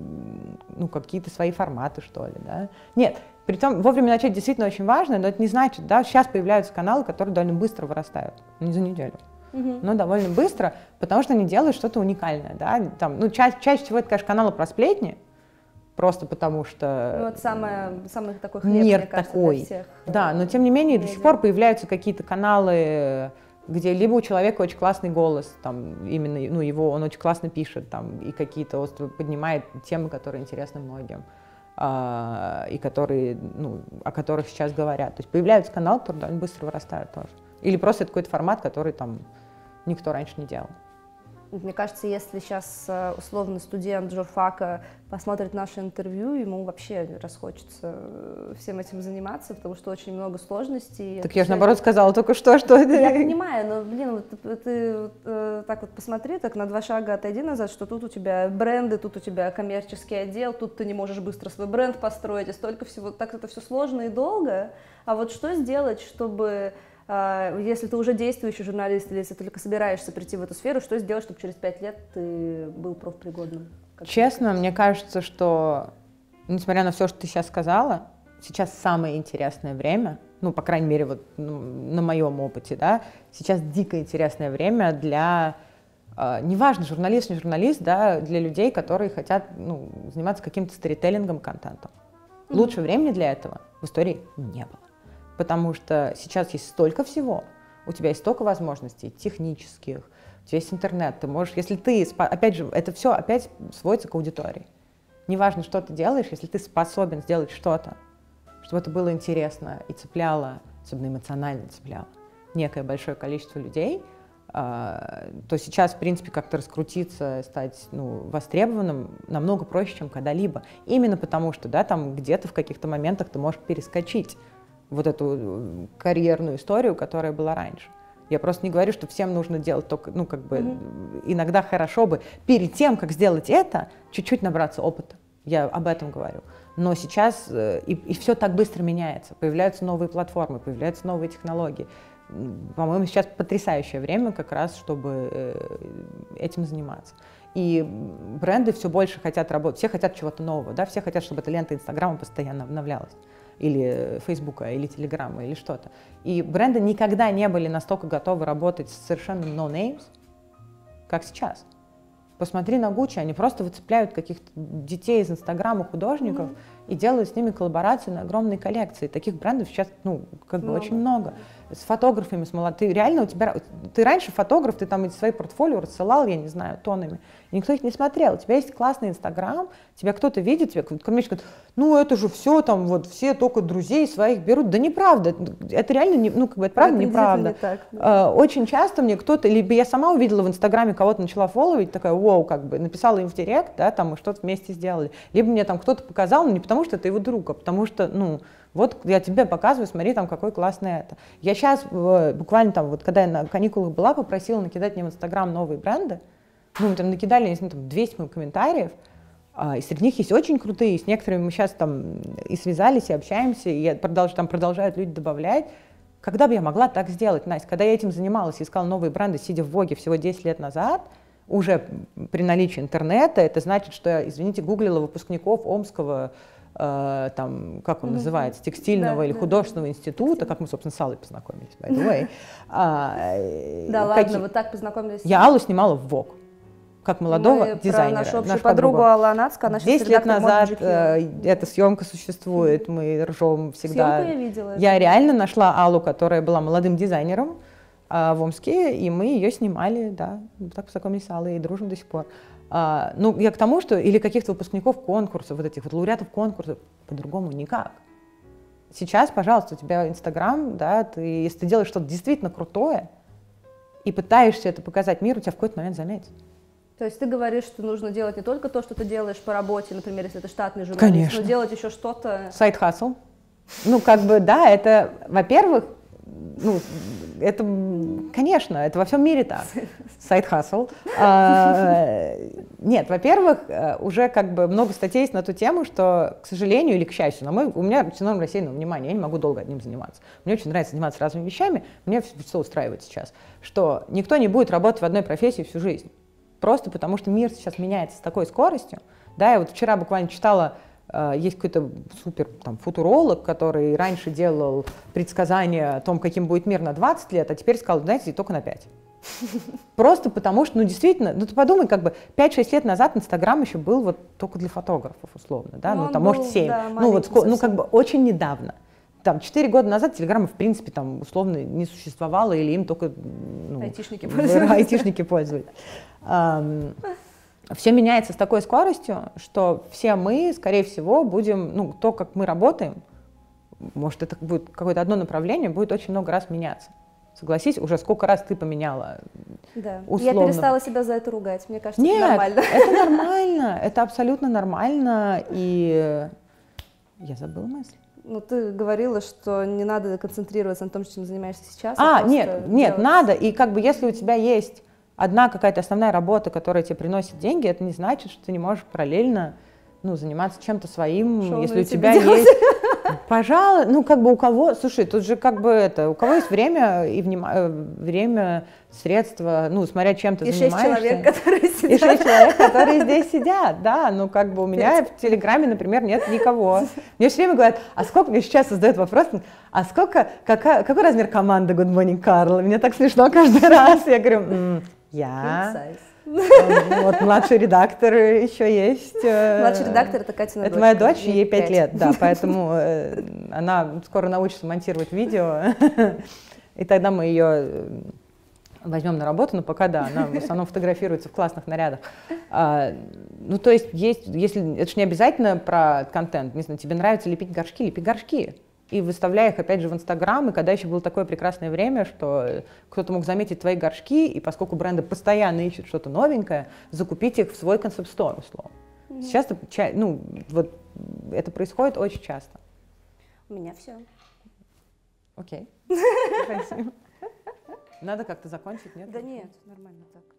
ну, какие-то свои форматы, что ли, да. Нет, притом вовремя начать действительно очень важно, но это не значит, да, сейчас появляются каналы, которые довольно быстро вырастают, не за неделю, uh-huh. но довольно быстро, потому что они делают что-то уникальное, да, там, ну, ча- чаще всего это, конечно, каналы про сплетни, просто потому что ну, это самое, самый такой хлеб, мир мне кажется, такой. для всех. Да, но тем не менее медиа. До сих пор появляются какие-то каналы, где либо у человека очень классный голос, там, именно, ну, его, он очень классно пишет, там, и какие-то острые поднимает темы, которые интересны многим, а, и которые, ну, о которых сейчас говорят. То есть появляются каналы, которые довольно быстро вырастают тоже. Или просто это какой-то формат, который там никто раньше не делал. Мне кажется, если сейчас условно студент журфака посмотрит наше интервью, ему вообще расхочется всем этим заниматься, потому что очень много сложностей. Так я же наоборот сказала только что, что это... Я понимаю, но, блин, вот ты, ты э, так вот посмотри, так на два шага отойди назад, что тут у тебя бренды, тут у тебя коммерческий отдел, тут ты не можешь быстро свой бренд построить, и столько всего, так это все сложно и долго. А вот что сделать, чтобы Если ты уже действующий журналист, или если ты только собираешься прийти в эту сферу, что сделать, чтобы через пять лет ты был профпригодным? Честно, мне кажется, что, несмотря на все, что ты сейчас сказала, сейчас самое интересное время, ну, по крайней мере, вот ну, на моем опыте, да, сейчас дико интересное время для, э, неважно, журналист, не журналист, да, для людей, которые хотят, ну, заниматься каким-то сторителлингом, контентом. Mm-hmm. Лучше времени для этого в истории не было. Потому что сейчас есть столько всего, у тебя есть столько возможностей технических, у тебя есть интернет, ты можешь, если ты, опять же, это все опять сводится к аудитории. Неважно, что ты делаешь, если ты способен сделать что-то, чтобы это было интересно и цепляло, особенно эмоционально цепляло некое большое количество людей, то сейчас, в принципе, как-то раскрутиться, стать ну, востребованным намного проще, чем когда-либо. Именно потому, что да, там где-то в каких-то моментах ты можешь перескочить вот эту карьерную историю, которая была раньше. Я просто не говорю, что всем нужно делать только, ну, как бы, mm-hmm. иногда хорошо бы перед тем, как сделать это, чуть-чуть набраться опыта. Я об этом говорю. Но сейчас э, и, и все так быстро меняется. Появляются новые платформы, появляются новые технологии. По-моему, сейчас потрясающее время как раз, чтобы э, этим заниматься. И бренды все больше хотят работать, все хотят чего-то нового, да? Все хотят, чтобы эта лента Инстаграма постоянно обновлялась. Или Фейсбука, или Телеграма, или что-то. И бренды никогда не были настолько готовы работать с совершенно no-names, как сейчас. Посмотри на Гуччи, они просто выцепляют каких-то детей из Инстаграма, художников, mm-hmm. и делают с ними коллаборации на огромные коллекции. Таких брендов сейчас, ну, как бы много. Очень много. С фотографами, с молодыми. Ты реально у тебя... Ты раньше фотограф, ты там из своей портфолио рассылал, я не знаю, тоннами. И никто их не смотрел. У тебя есть классный Инстаграм, тебя кто-то видит, тебе ко мне говорят, ну, это же все там, вот, все только друзей своих берут. Да неправда. Это реально, не, ну, как бы, это правда это неправда. Не так, да. Очень часто мне кто-то, либо я сама увидела в Инстаграме кого-то, начала фолловить, такая, вау, как бы, написала им в директ, да, там, мы что-то вместе сделали. Либо мне там кто-то показал, но не потому что это его друг, а потому что, ну, вот я тебе показываю, смотри, там, какой классный это. Я сейчас буквально там, вот когда я на каникулах была, попросила накидать мне в Инстаграм новые бренды. Ну, мы там накидали, не знаю, там двести комментариев, и среди них есть очень крутые, с некоторыми мы сейчас там и связались, и общаемся, и продолж, там продолжают люди добавлять. Когда бы я могла так сделать, Настя? Когда я этим занималась, искала новые бренды, сидя в Воге всего десять лет назад, уже при наличии интернета, это значит, что я, извините, гуглила выпускников Омского, э, там, как он mm-hmm. называется, текстильного да, или да, художественного да. института, как мы, собственно, с Аллой познакомились, by the way. а, да ладно, какие... вы так познакомились? Я Аллу снимала в Vogue, как молодого мы дизайнера. Про нашу общую подругу Аллу Анацко, она десять лет назад э, эта съемка существует, мы ржем всегда. Съемку я видела. Я реально нашла Аллу, которая была молодым дизайнером э, в Омске, и мы ее снимали, да, так познакомились с Аллой и дружим до сих пор. А, ну, я к тому, что или каких-то выпускников конкурсов, вот этих вот лауреатов конкурсов, по-другому никак. Сейчас, пожалуйста, у тебя Инстаграм, да, ты, если ты делаешь что-то действительно крутое и пытаешься это показать миру, тебя в какой-то момент заметят. То есть ты говоришь, что нужно делать не только то, что ты делаешь по работе, например, если ты штатный журналист, Конечно. но делать еще что-то... Сайд-хасл. Ну, как бы, да, это, во-первых, ну, это, конечно, это во всем мире так. Сайд-хасл. А, нет, во-первых, уже как бы много статей есть на ту тему, что, к сожалению или к счастью, на мой, у меня синдром рассеянного внимания, я не могу долго одним заниматься. Мне очень нравится заниматься разными вещами, мне все устраивает сейчас, что никто не будет работать в одной профессии всю жизнь. Просто потому что мир сейчас меняется с такой скоростью. Да, я вот вчера буквально читала, э, есть какой-то супер там, футуролог, который раньше делал предсказания о том, каким будет мир на двадцать лет, а теперь сказал, знаете, только на пять. Просто потому что, ну действительно, ну ты подумай, как бы пять-шесть лет назад Инстаграм еще был вот только для фотографов условно, да, ну, ну там был, может семь, да, ну вот ну как бы очень недавно. Там четыре года назад Телеграма в принципе там условно не существовало или им только ну, айтишники пользовались. айтишники пользовались. Um, все меняется с такой скоростью, что все мы, скорее всего, будем, ну, то, как мы работаем, может, это будет какое-то одно направление, будет очень много раз меняться. Согласись, уже сколько раз ты поменяла да. условно. Я перестала себя за это ругать, мне кажется, Нет, это нормально. это нормально, это абсолютно нормально, и я забыла мысль. Ну, ты говорила, что не надо концентрироваться на том, чем занимаешься сейчас. А, нет, нет, делать... надо, и как бы если у тебя есть одна какая-то основная работа, которая тебе приносит деньги, это не значит, что ты не можешь параллельно ну, заниматься чем-то своим, Шоу если у тебя есть... Пожалуй, ну как бы у кого, слушай, тут же как бы это, у кого есть время и внима, время, средства, ну смотря чем ты и занимаешься. шесть человек, которые сидят. И шесть человек, которые здесь сидят, да, ну как бы у меня в Телеграме, например, нет никого. Мне все время говорят, а сколько, мне сейчас задают вопрос, а сколько, какая, какой размер команды Good Morning Carl? Мне так смешно каждый раз, я говорю, м-м, я... Вот младший редактор еще есть. Младший редактор — это Катина дочь. Это моя дочь, ей пять лет, да, поэтому э, она скоро научится монтировать видео, и тогда мы ее возьмем на работу, но пока да, она в основном фотографируется в классных нарядах. А, ну, то есть, есть, если это же не обязательно про контент, не знаю, тебе нравится лепить горшки, лепи горшки. И выставляя их, опять же, в Инстаграм, и когда еще было такое прекрасное время, что кто-то мог заметить твои горшки, и поскольку бренды постоянно ищут что-то новенькое, закупить их в свой концепт-стор, условно. Mm-hmm. Сейчас ну, вот, это происходит очень часто. У меня все. Окей. Спасибо. Надо как-то закончить, нет? Да нет, нормально так.